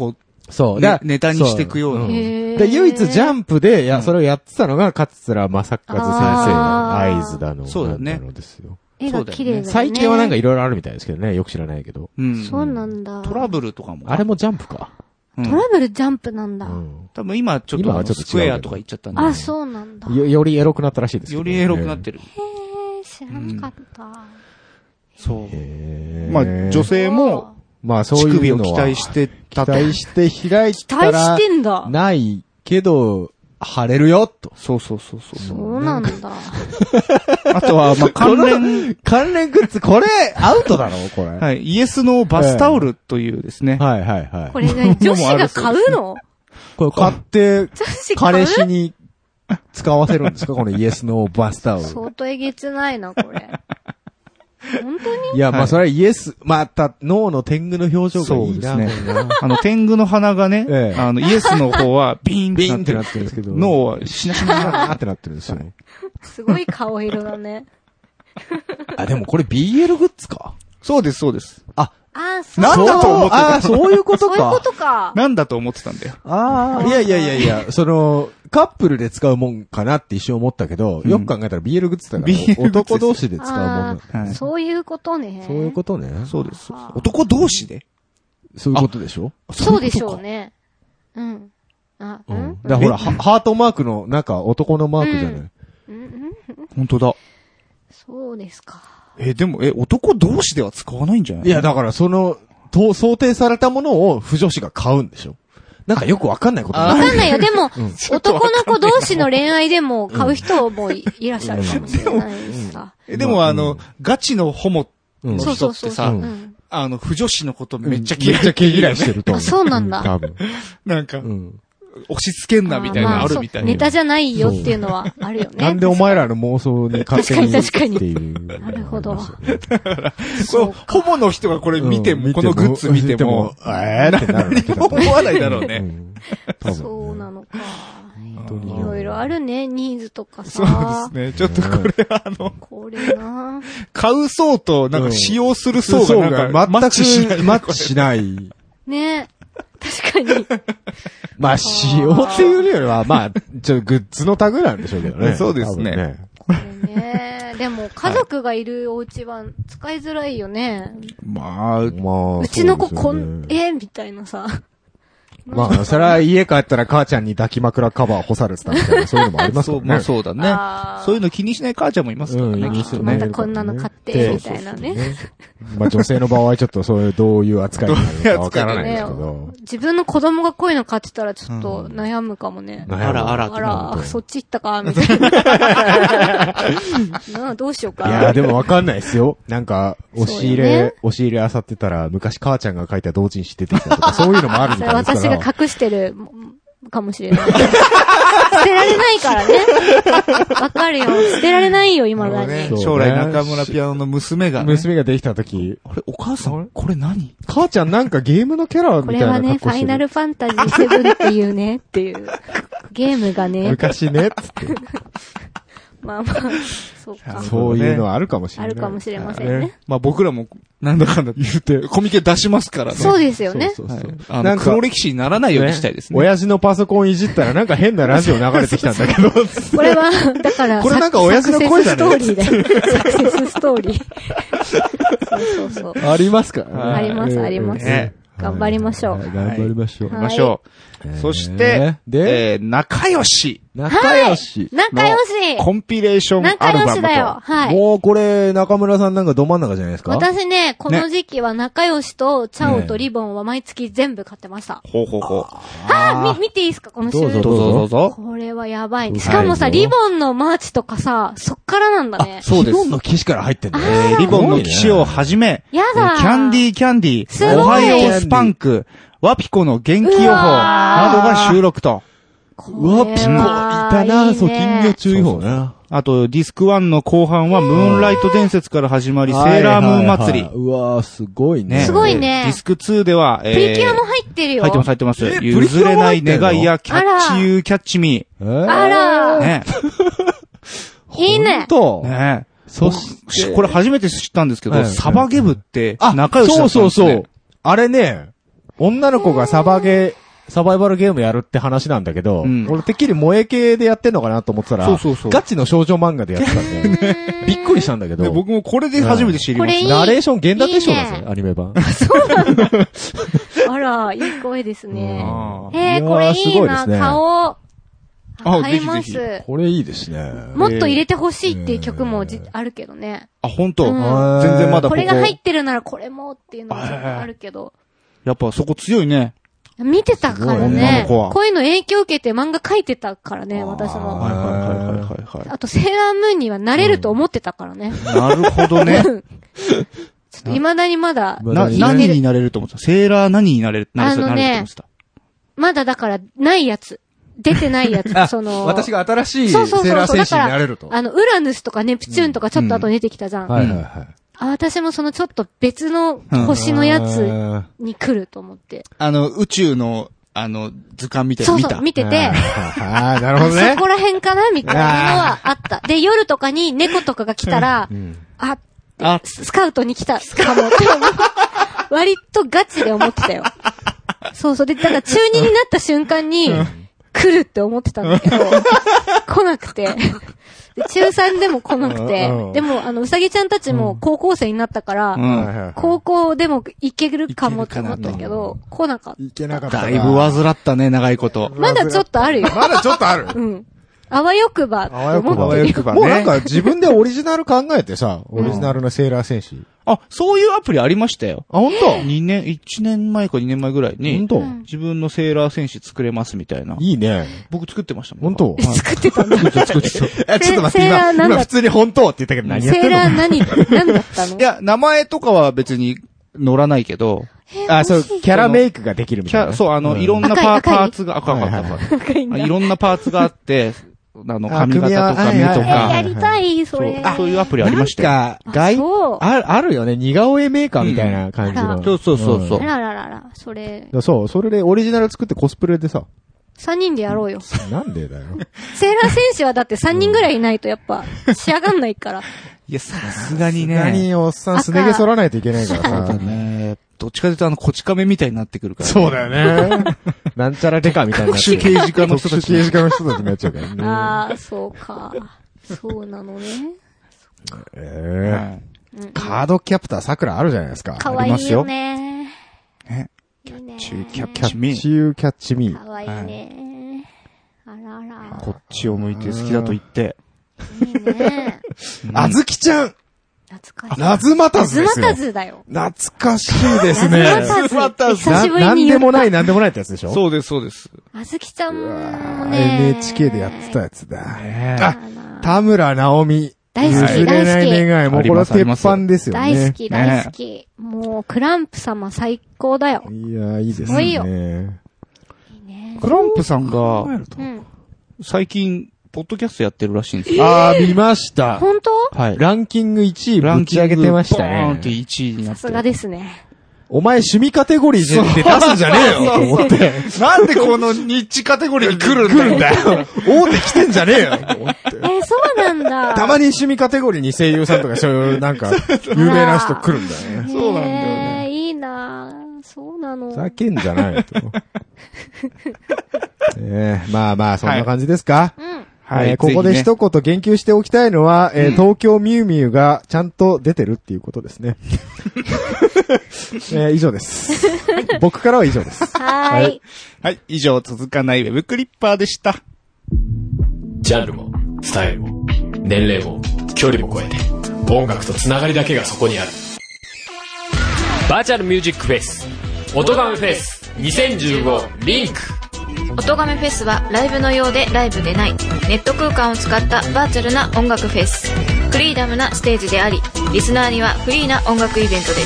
そう。 ネタにしていくような。 で、唯一ジャンプで、それをやってたのが、桂正和先生の合図だの。 そうだね。 ですよ。 絵が綺麗だね。 最近はなんかいろいろあるみたいですけどね。よく知らないけど。 そうなんだ。 トラブルとかも。 あれもジャンプか。 トラブルジャンプなんだ。 多分今ちょっとスクエアとか行っちゃったんで。 あ、そうなんだ。 よりエロくなったらしいですよりエロくなってる。 へー、知らなかった。 そう。まあ、女性も、 まあそういうのは。 乳首を期待してたと。 期待して開いたら。 期待してんだ。 ないけど、貼れるよ、と。 そう。 そうなんだ。 あとは、まあ、関連グッズ、これ、アウトだろこれ。 はい。イエスのバスタオルというですね。 はい。 これね、女子が買うのこれ買って、彼氏に使わせるんですかこのイエスのバスタオル。 相当えげつないな、これ。本当にいや、まあ、それはイエス、また、脳の天狗の表情がいいな。そうですね。 天狗の鼻がね、イエスの方はビーンってなってるんですけど、脳はしなしなってなってるんですよ。 すごい顔色だね。 あ、でもこれ BL グッズか。 そうです。 なんだと思ってた。そういうことか。 そういうことか。 なんだと思ってたんだよ。 いや、カップルで使うもんかなって一瞬思ったけど、よく考えたら BL グッズだから、男同士で使うもん。 そういうことね。 そういうことね。 そうです。男同士でそういうことでしょそうでしょうね。うん。 だからほら、ハートマークの、なんか男のマークじゃない。 本当だ。 そうですか。 でも、男同士では使わないんじゃない？ いや、だから想定されたものを不女子が買うんでしょ？なんかよくわかんないことわかんないよ。でも、男の子同士の恋愛でも買う人もいらっしゃるかもしれないしさ。 でもガチのホモの人ってさ、不女子のことめっちゃ嫌いしてると思う。 あ、そうなんだ。 多分。 なんか、押し付けんなみたいなのあるみたいな。 ネタじゃないよっていうのはあるよね。 なんでお前らの妄想に勝手にっていう。 なるほど。 ホモの人がこれ見ても、このグッズ見ても、 ってなる。 何も思わないだろうね。 そうなのか。いろいろあるね、ニーズとかさ。 そうですね。ちょっとこれこれな買う層と、なんか使用する層がなんかマッチしない。 ね。確かに。 まあ、使用っていうよりは、まあ、グッズのタグなんでしょうけどね。 そうですね。 これね。でも、家族がいるお家は使いづらいよね。 まあ、 うちの子みたいなさ。 まあ、それは家帰ったら母ちゃんに抱き枕カバー干されてたみたいな、そういうのもありますよね。 まあそうだね。そういうの気にしない母ちゃんもいますからね。 またこんなの買って、みたいなね。 まあ女性の場合ちょっとそういうどういう扱いになるのかわからないですけど。 自分の子供がこういうの買ってたらちょっと悩むかもね。 あら、 そっち行ったか、みたいな。どうしようか。 いや、でもわかんないですよ。なんか、押し入れ漁ってたら、昔母ちゃんが書いた同人誌出てきたとか、そういうのもあるみたいですから。 私が隠してるかもしれない。捨てられないからね。わかるよ。捨てられないよ、今だに。 将来中村ピアノの娘ができたとき。 あれ、お母さんこれ何？ 母ちゃんなんかゲームのキャラみたいな。 これはね、ファイナルファンタジー7っていうね、っていう。ゲームがね。 昔ね、つって。 まあ、そうか。 そういうのはあるかもしれない。 あるかもしれませんね。 まあ僕らも、なんだかんだ言って、コミケ出しますからね。 そうですよね。 なんか黒歴史にならないようにしたいですね。 親父のパソコンいじったらなんか変なラジオ流れてきたんだけど。これは、だから、 これなんか親父の声だね。 サクセスストーリーだよ。サクセスストーリー。そう。 ありますか？ あります。頑張りましょう。 頑張りましょう。 そして、仲良し。 仲良しコンピレーションアルバムと。 仲良しだよ。はい。 もうこれ、中村さんなんかど真ん中じゃないですか？ 私ね、この時期は仲良しとチャオとリボンは毎月全部買ってました。 ほう。 見ていいですかこのシューズ。どうぞ。 これはやばい。しかもさ、リボンのマーチとかさ、そっからなんだね。 そうです。 リボンの騎士から入ってんだね。リボンの騎士をはじめ、 やだ。 キャンディー、オハイオスパンク、ワピコの元気予報などが収録と。 ワピコいたな、そう、金魚注意報な。 あと、ディスク1の後半は、ムーンライト伝説から始まり、セーラームーン祭り。 うわー、すごいね。 すごいね。 ディスク2では、 プリキュアも入ってるよ。 入ってます。譲れない願いや、キャッチユー、キャッチミー。あらね。 いいね。 ね。これ初めて知ったんですけど、サバゲ部って、仲良しだったんですね。 そう。あれね、女の子がサバゲサバイバルゲームやるって話なんだけど、俺てっきり萌え系でやってんのかなと思ってたら、ガチの少女漫画でやってたんで、びっくりしたんだけど。 僕もこれで初めて知りました。 ナレーション源田鉄章だぜ、アニメ版。 そうなんだ。あら、いい声ですね。これいいな、顔。買います。 これいいですね。 もっと入れてほしいっていう曲もあるけどね。 本当。全然まだこれが入ってるならこれもっていうのもあるけど。 やっぱそこ強いね。 見てたからね。こういうの影響受けて漫画描いてたからね、私も。あと、セーラームーンにはなれると思ってたからね。 なるほどね。 ちょっと未だにまだ。 何になれると思ったセーラー何になれると思ってたまだだから、ないやつ。出てないやつ。 私が新しいセーラー戦士になれると。 ウラヌスとかネプチューンとかちょっと後出てきたじゃん。はいはいはい。私もそのちょっっと別の星のやつに来ると思って。 宇宙の、図鑑みたいなの見た。 そう、見てて。 なるほどね。 そこら辺かなみたいなのはあった。で、夜とかに猫とかが来たら、スカウトに来たかもって割とガチで思ってたよ。そうそう。で、だから中2になった瞬間に、来るって思ってたんだけど、来なくて。で中3でも来なくて、でも、うさぎちゃんたちも高校生になったから、高校でも行けるかもって思ったけど、来なかった。 行けなかった。 だいぶ患ったね、長いこと。 まだちょっとあるよ。 まだちょっとあるうん。あわよくばって思ってるよ。 もうなんか自分でオリジナル考えてさ、オリジナルのセーラー戦士。 そういうアプリありましたよ。 本当 1年前か2年前ぐらいに、自分のセーラー戦士作れますみたいな。 いいね。 僕作ってましたもん。 本当作ってたんだ。 作ってた。 ちょっと待って、今普通に本当って言ったけど何やってんのセーラー何だったのいや、名前とかは別に乗らないけど、 そう、キャラメイクができるみたいな。 そう、いろんなパーツが、いろんなパーツがあって、髪型とか目とか。 やりたい、それ。 そういうアプリありましたよ。あるよね。似顔絵メーカーみたいな感じの。 そう。 あら、それ。 そう、それでオリジナル作ってコスプレでさ。 3人でやろうよ。 なんでだよ。 セーラー戦士はだって3人ぐらいいないとやっぱ仕上がんないから。 いや、さすがにね。 さすがにおっさんすね毛剃らないといけないからさ。 そうだね。どっちかというとこち亀みたいになってくるから。 そうだよね。なんちゃらデカみたいになって特殊刑事課の人たち。 特殊刑事課の人たちになっちゃうからね。 ああ、そうか。そうなのね。 カードキャプター桜あるじゃないですか。 かわいいよね。 ね。 キャッチキャッチミー。 かわいいね。あらら。 こっちを向いて好きだと言って。 いいね。 あずきちゃん懐かしい。 ナズマタズですよ。 ナズマタズだよ。 懐かしいですね。 ナズマタズ。久しぶりに言った。なんでもないってやつでしょ？ そうです、そうです。 あずきちゃんもね。 NHK でやってたやつだ。田村直美。 大好き、 譲れない願い。もうこれは鉄板ですよね。 大好き、大好き。もう、クランプ様最高だよ。 いや、いいですね。いいよ。いいね。 クランプさんが、最近、ポッドキャストやってるらしいんですよ。見ました。 本当？ はい。ランキング1位ぶち上げてましたね。 ランキング1位になって。 さすがですね。 お前趣味カテゴリーで出すんじゃねえよと思って。 なんでこのニッチカテゴリーに来るんだよ。 大手来てんじゃねえよと思って。 そうなんだ。 たまに趣味カテゴリーに声優さんとかそういうなんか、有名な人来るんだよね。 そうなんだよね。 いいなぁ。そうなの。 ふざけんじゃないと。まあまあ、そんな感じですか？はい。ここで一言言及しておきたいのは、東京ミュウミュウがちゃんと出てるっていうことですね。以上です。僕からは以上です。 はい。 はい。以上、続かないウェブクリッパーでした。 ジャンルも、スタイルも、年齢も、距離も超えて、音楽とつながりだけがそこにある。バーチャルミュージックフェス、音亀フェス2015リンク。 音亀フェスはライブのようでライブでないネット空間を使ったバーチャルな音楽フェス。フリーダムなステージであり、リスナーにはフリーな音楽イベントです。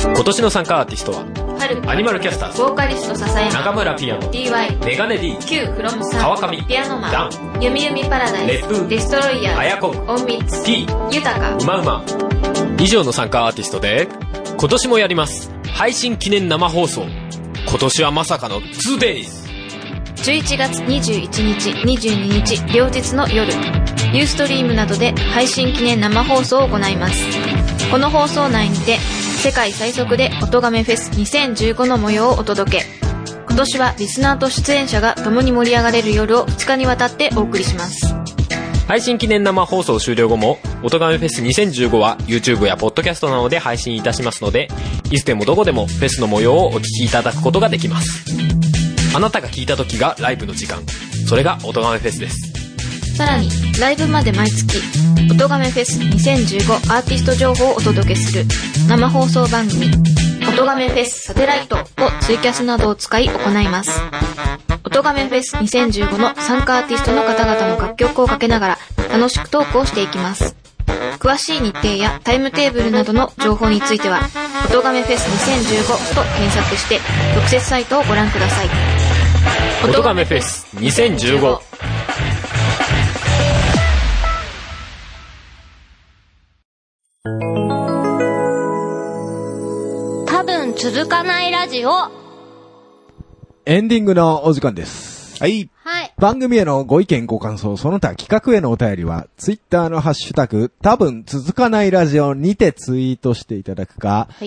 今年の参加アーティストはアニマルキャスターズ、 ボーカリスト笹山、 中村ピアノ、 DY、 メガネ D、 Q フロムさん、 川上、 ピアノマン、 ダン、 ゆみゆみパラダイス、 レップー、 デストロイヤー、 あやこオンミッツ、 T、 豊か、 うまうま以上の参加アーティストで今年もやります配信記念生放送。今年はまさかの 2days。 11月21日、22日両日の夜、ユーストリームなどで配信記念生放送を行います。この放送内にて世界最速で音亀フェス2015の模様をお届け。 今年はリスナーと出演者が共に盛り上がれる夜を2日にわたってお送りします。 配信記念生放送終了後も音亀フェス2015は YouTube やポッドキャストなどで配信いたしますので、いつでもどこでもフェスの模様をお聞きいただくことができます。あなたが聞いた時がライブの時間、それが音亀フェスです。 さらにライブまで毎月音亀フェス2015アーティスト情報をお届けする生放送番組音亀フェスサテライトをツイキャスなどを使い行います。音亀フェス2015の参加アーティストの方々の楽曲をかけながら楽しくトークをしていきます。詳しい日程やタイムテーブルなどの情報については音亀フェス2015と検索して特設サイトをご覧ください。 音亀フェス2015。 多分続かないラジオ。 エンディングのお時間です。 はい。 はい。 番組へのご意見ご感想、その他企画へのお便りは、ツイッターのハッシュタグ、多分続かないラジオにてツイートしていただくか、 はい、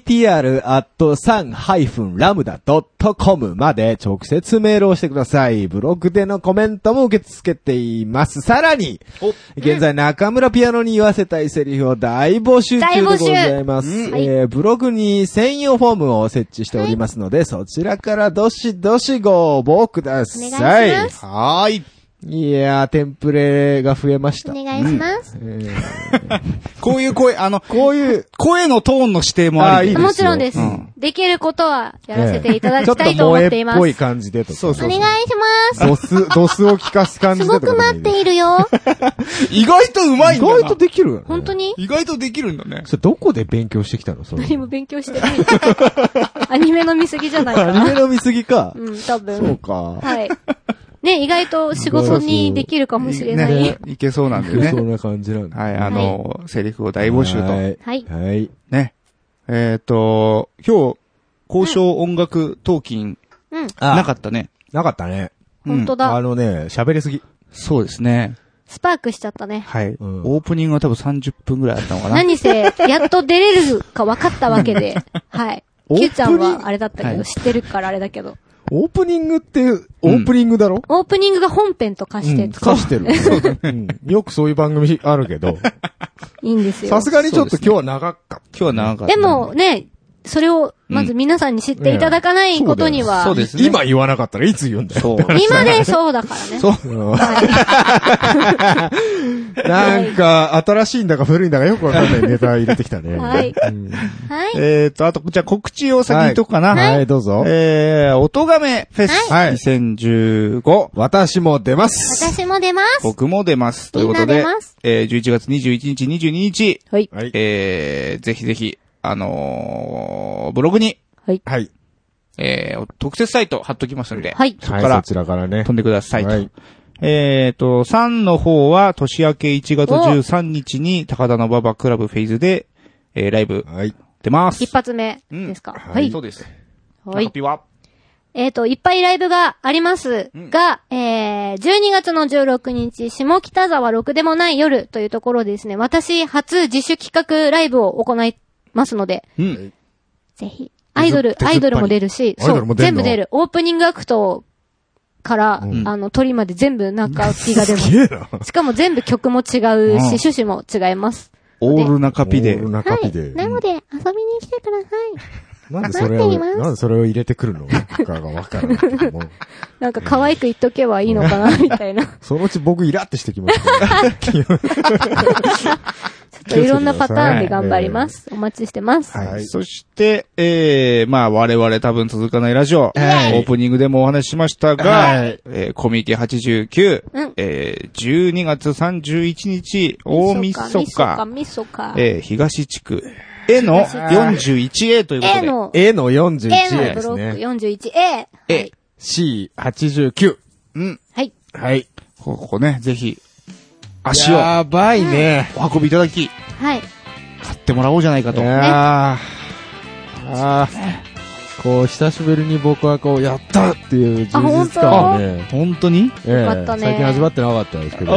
ttr@san-lambda.com まで直接メールをしてください。ブログでのコメントも受け付けています。さらに、現在中村ピアノに言わせたいセリフを大募集中でございます。ブログに専用フォームを設置しておりますので、そちらからどしどしご応募ください。 お願いします。 はーい。 いやー、テンプレが増えました。 お願いします。 こういう声、こういう声のトーンの指定もありですよ。 もちろんです。できることはやらせていただきたいと思っています。 ちょっと萌えっぽい感じでとか。 そう。お願いします。 ドスを聞かす感じでとか。 すごく待っているよ。 意外とうまいんだな。 意外とできるよね。 本当に？ 意外とできるんだね。 それどこで勉強してきたの？ 何も勉強してない。アニメの見過ぎじゃないかな。 アニメの見過ぎか。 多分。 そうか。 はい。ね、意外と仕事にできるかもしれない。 ね、いけそうなんでね。 そんな感じなんで。 はい、セリフを大募集と。 はい。 はい。 ね。今日、交渉音楽トーキン、なかったね。 なかったね。 本当だ。 喋りすぎ。 そうですね。 スパークしちゃったね。 はい。オープニングは多分30分ぐらいあったのかな。 何せ、やっと出れるか分かったわけで。はい。キューちゃんはあれだったけど、知ってるからあれだけど。 オープニングって、オープニングだろ？ オープニングが本編と化してる。 化してる。よくそういう番組あるけど。 いいんですよ。 さすがにちょっと今日は長かった。 今日は長かった。 でもね、それを、まず皆さんに知っていただかないことには。 そうですね。 今言わなかったらいつ言うんだよ。 今でそうだからね。 そう。なんか、新しいんだか古いんだかよくわかんないネタ入れてきたね。 はい。 はい。あと、じゃあ告知を先に言っとくかな。 はい、どうぞ。 音亀フェス2015。 私も出ます。 私も出ます。 僕も出ます。ということで、11月21日、22日。 はい。 ぜひぜひ、ブログに、 はい。 はい。 特設サイト貼っときますので、 はい。 そこから、 そちらからね。 飛んでくださいと。 はい。 3の方は年明け1月13日に高田馬場クラブフェイズで、ライブ、出ます。 一発目ですか？ はい。そうです。 はい。 コピーは？ いっぱいライブがありますが、12月の16日、下北沢ろくでもない夜というところですね、私初自主企画ライブを行いますので、ぜひ、アイドルも出るし、そう、全部出る。オープニングアクトから、鳥まで全部中ピが出ます。しかも全部曲も違うし、趣旨も違います。 オール中ピで。 オール中ピで。 なので、遊びに来てください。 なんでそれを入れてくるのかがわからない。 なんか可愛く言っとけばいいのかな、みたいな。 そのうち僕イラってしてきますちょっといろんなパターンで頑張ります。お待ちしてます。 はい。そして、我々多分続かないラジオ、オープニングでもお話ししましたが、コミケ89、12月31日、大晦日、東地区、A の 41A ということで。 A の 41A ですね。 A のブロック 41A。 A。C89。 はい。 はい。 ここね、ぜひ、足を。 やばいね。 お運びいただき。 はい。 買ってもらおうじゃないかと。 こう、久しぶりに僕はこう、やったっていう充実感をね。 本当に？ よかったね。 最近始まってなかったんですけど。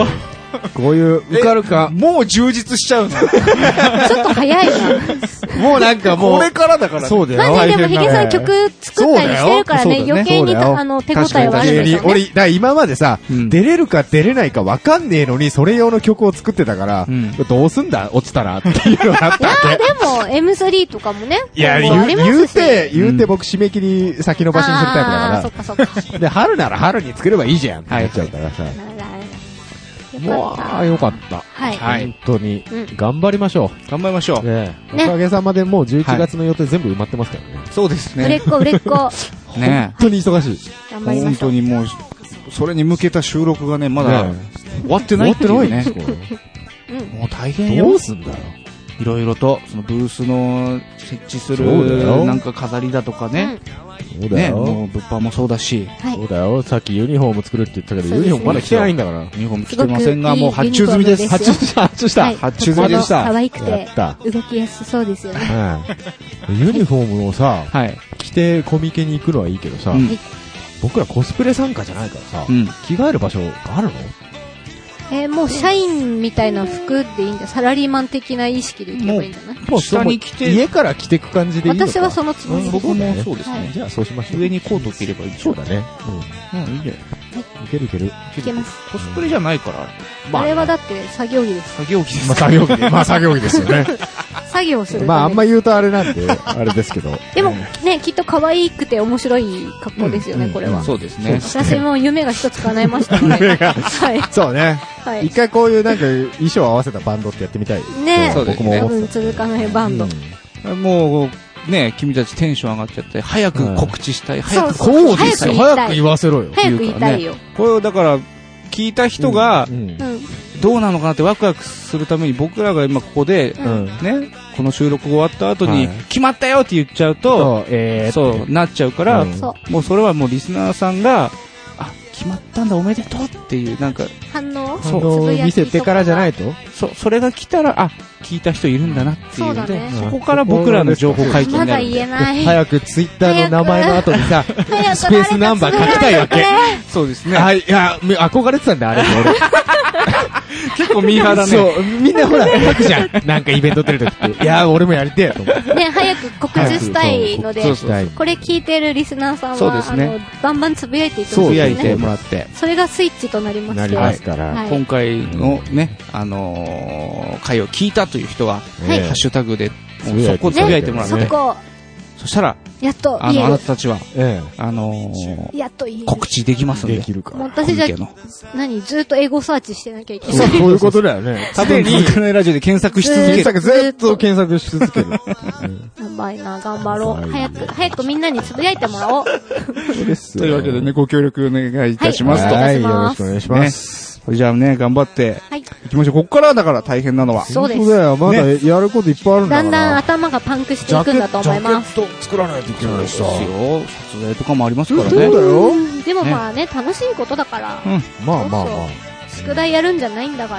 こういう受かるか。 もう充実しちゃうの。 ちょっと早いな。 もうなんかもう。 これからだから。 そうだよ。 まあね、でもヒゲさん曲作ったりしてるからね、余計に手応えはあるんですよね。 俺、だ今までさ、出れるか出れないか分かんねえのに、それ用の曲を作ってたから、どうすんだ落ちたらっていうのがあったわけ。 いや、でも M3 とかもね。 いや、言うて僕締め切り先延ばしにするタイプだから。 そっかそっか。 で、春なら春に作ればいいじゃんってなっちゃうからさ。もう、よかった。 はい。 本当に。頑張りましょう。 頑張りましょう。 ね。おかげさまでもう11月の予定全部埋まってますからね。 そうですね。 売れっ子。 ね。 本当に忙しい。 頑張りましょう。 本当にもう、それに向けた収録がね、まだ終わってないっていうね。もう大変よ。 どうすんだよ。 いろいろと、そのブースの設置する、なんか飾りだとかね。 そうだよ。 もう物販もそうだし。 そうだよ。さっきユニフォーム作るって言ったけど、ユニフォームまだ着てないんだから。ユニフォーム着てませんが、もう発注済みです。 発注した。 発注済みでした。 可愛くて、動きやすそうですよね。 ユニフォームをさ、着てコミケに行くのはいいけどさ、僕らコスプレ参加じゃないからさ、着替える場所があるの？ もう社員みたいな服でいいんだ。サラリーマン的な意識でいけばいいんじゃない？ もう下に着て、家から着てく感じでいいのか？ 私はそのつもりです。 僕もそうですね。 じゃあそうしましょう。 上にコート着ればいい。 そうだね。 いいね。 いけるいける。 いけます。 コスプレじゃないから。 あれはだって作業着です。 作業着です。 まあ作業着で。まあ作業着ですよね。 作業する。 まああんま言うとあれなんで、あれですけど。 でもね、きっと可愛くて面白い格好ですよね、これは。 そうですね。 私も夢が一つ叶えましたね。 夢が。はい。そうね。一回こういうなんか衣装合わせたバンドってやってみたい。 ね、 僕も。 多分続かないバンド。 もう、ね、君たちテンション上がっちゃって、早く告知したい。 早くこうですよ。早く言わせろよ。 早く言いたいよ。 これをだから、聞いた人が、どうなのかなってワクワクするために僕らが今ここで、ね、この収録終わった後に、決まったよって言っちゃうと、そうなっちゃうから、もうそれはもうリスナーさんが、決まったんだおめでとうっていうなんか反応を見せてからじゃないとそれが来たら聞いた人いるんだなっていうのでそこから僕らの情報解禁になるんで早くツイッターの名前の後にさスペースナンバー書きたいわけそうですねいや憧れてたんだあれ俺結構ミーハーだねそうみんなほら書くじゃんなんかイベント出るときっていや俺もやりてえよと思ってね早く告知したいのでこれ聞いてるリスナーさんはバンバンつぶやいていってほしいですねって、 それがスイッチとなりますから、 今回のね、回を聞いたという人は、ハッシュタグで、そこつぶやいてもらって、そしたら、 やっとあなたたちは、 やっと告知できますんで。 できるか。 私じゃ、ずっとエゴサーチしてなきゃいけない。 そういうことだよね。 多分、続かないラジオで検索し続ける。 ずっと検索し続ける。 やばいな、頑張ろう。早くみんなにつぶやいてもらおう。 そうです。 というわけでね、ご協力お願いいたしますと。 はい、よろしくお願いします。 じゃあね、頑張っていきましょう。ここからだから大変なのは。 そうです。 そうだよ、まだやることいっぱいあるんだから。 だんだん頭がパンクしていくんだと思います。 ジャケット作らないといけないしさ。 撮影とかもありますからね。 そうだよ。 でもまあね、楽しいことだから。 まあ。 宿題やるんじゃないんだから。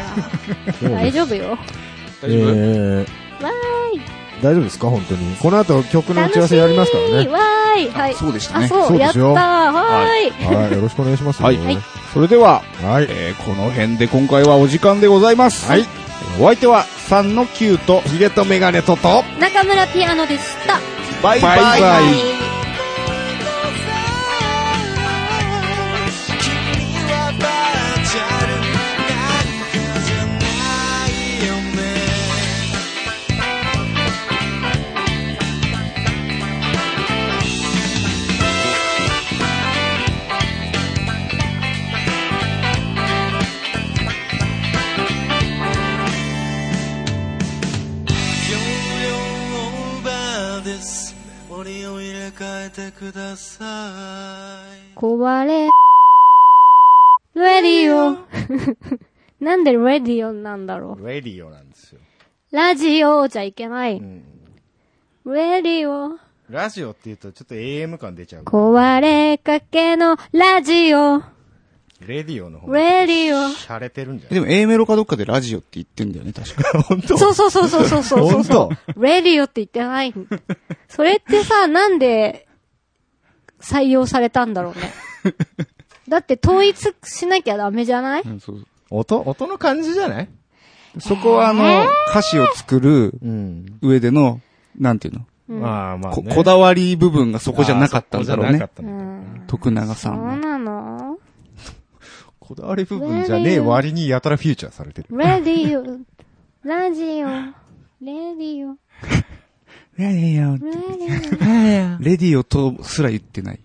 大丈夫よ。 大丈夫？ わーい。 大丈夫ですか本当に。この後曲の打ち合わせやりますからね。 わーい。はい。 そうでしたね。 そう、やったー。はーい。 はい、よろしくお願いします。 はい。それでは、この辺で今回はお時間でございます。はい。お相手は3の9とヒゲとメガネと中村ピアノでした。 バイバイ。 壊れレディオなんでレディオなんだろう。 レディオなんですよ。 ラジオじゃいけない。レディオ。 ラジオって言うとちょっと AM 感出ちゃう。 壊れかけのラジオ。 レディオの方が。 レディオ。 洒落てるんじゃない？ でも A メロかどっかでラジオって言ってんだよね、確か。 本当？ そう。 本当？ レディオって言ってない。それってさ、なんで採用されたんだろうね。だって統一しなきゃダメじゃない？ 音の感じじゃない？ そこは歌詞を作る上での、なんていうの？ まあまあ、ね、 こだわり部分がそこじゃなかったんだろうね。徳永さん。 そうなの？ こだわり部分じゃねえ割にやたらフィーチャーされてる。 レディオ、ラジオ、レディオ。 レディオとすら言ってない。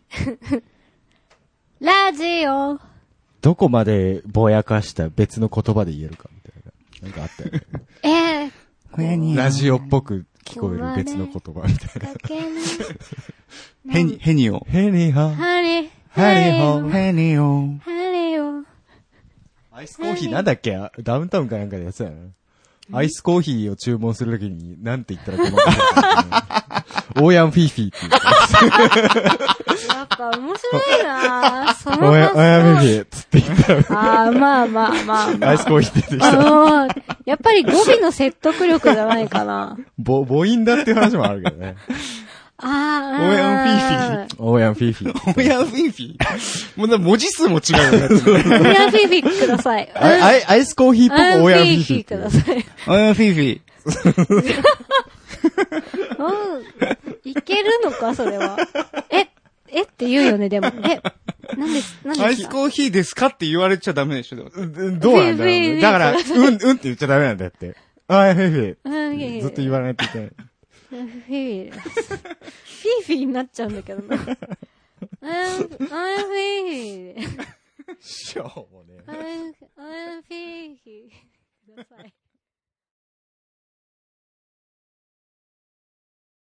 ラジオ。 どこまでぼやかした別の言葉で言えるかみたいな。なんかあったよね。ラジオっぽく聞こえる別の言葉みたいな。 ヘニオ。 ヘニホ。 ハリホ。ヘニオ。 ハリオ。 アイスコーヒーなんだっけ？ダウンタウンかなんかでやつやな。アイスコーヒーを注文するときに、なんて言ったらこのオーヤンフィーフィーって言う。やっぱ面白いなぁ。そのオーヤンフィーフィーつって言ったら。 まあ。 アイスコーヒーって出てきた。 やっぱり語尾の説得力じゃないかな。 母音だっていう話もあるけどね。 オーヤンフィーフィー。 オーヤンフィーフィー。 オーヤンフィーフィー。もう文字数も違うよね。 オーヤンフィーフィーください。 アイスコーヒーっぽくオーヤンフィーフィーください。 オーヤンフィーフィー。いけるのか、それは。えって言うよね、でも。なんでアイスコーヒーですかって言われちゃダメでしょ、 どうなんだろうね。だから、うんって言っちゃダメなんだって。オーヤンフィーフィー。ずっと言わないといけない。 フィーフィーになっちゃうんだけどな。フィー。 しょうもね。 フィーください。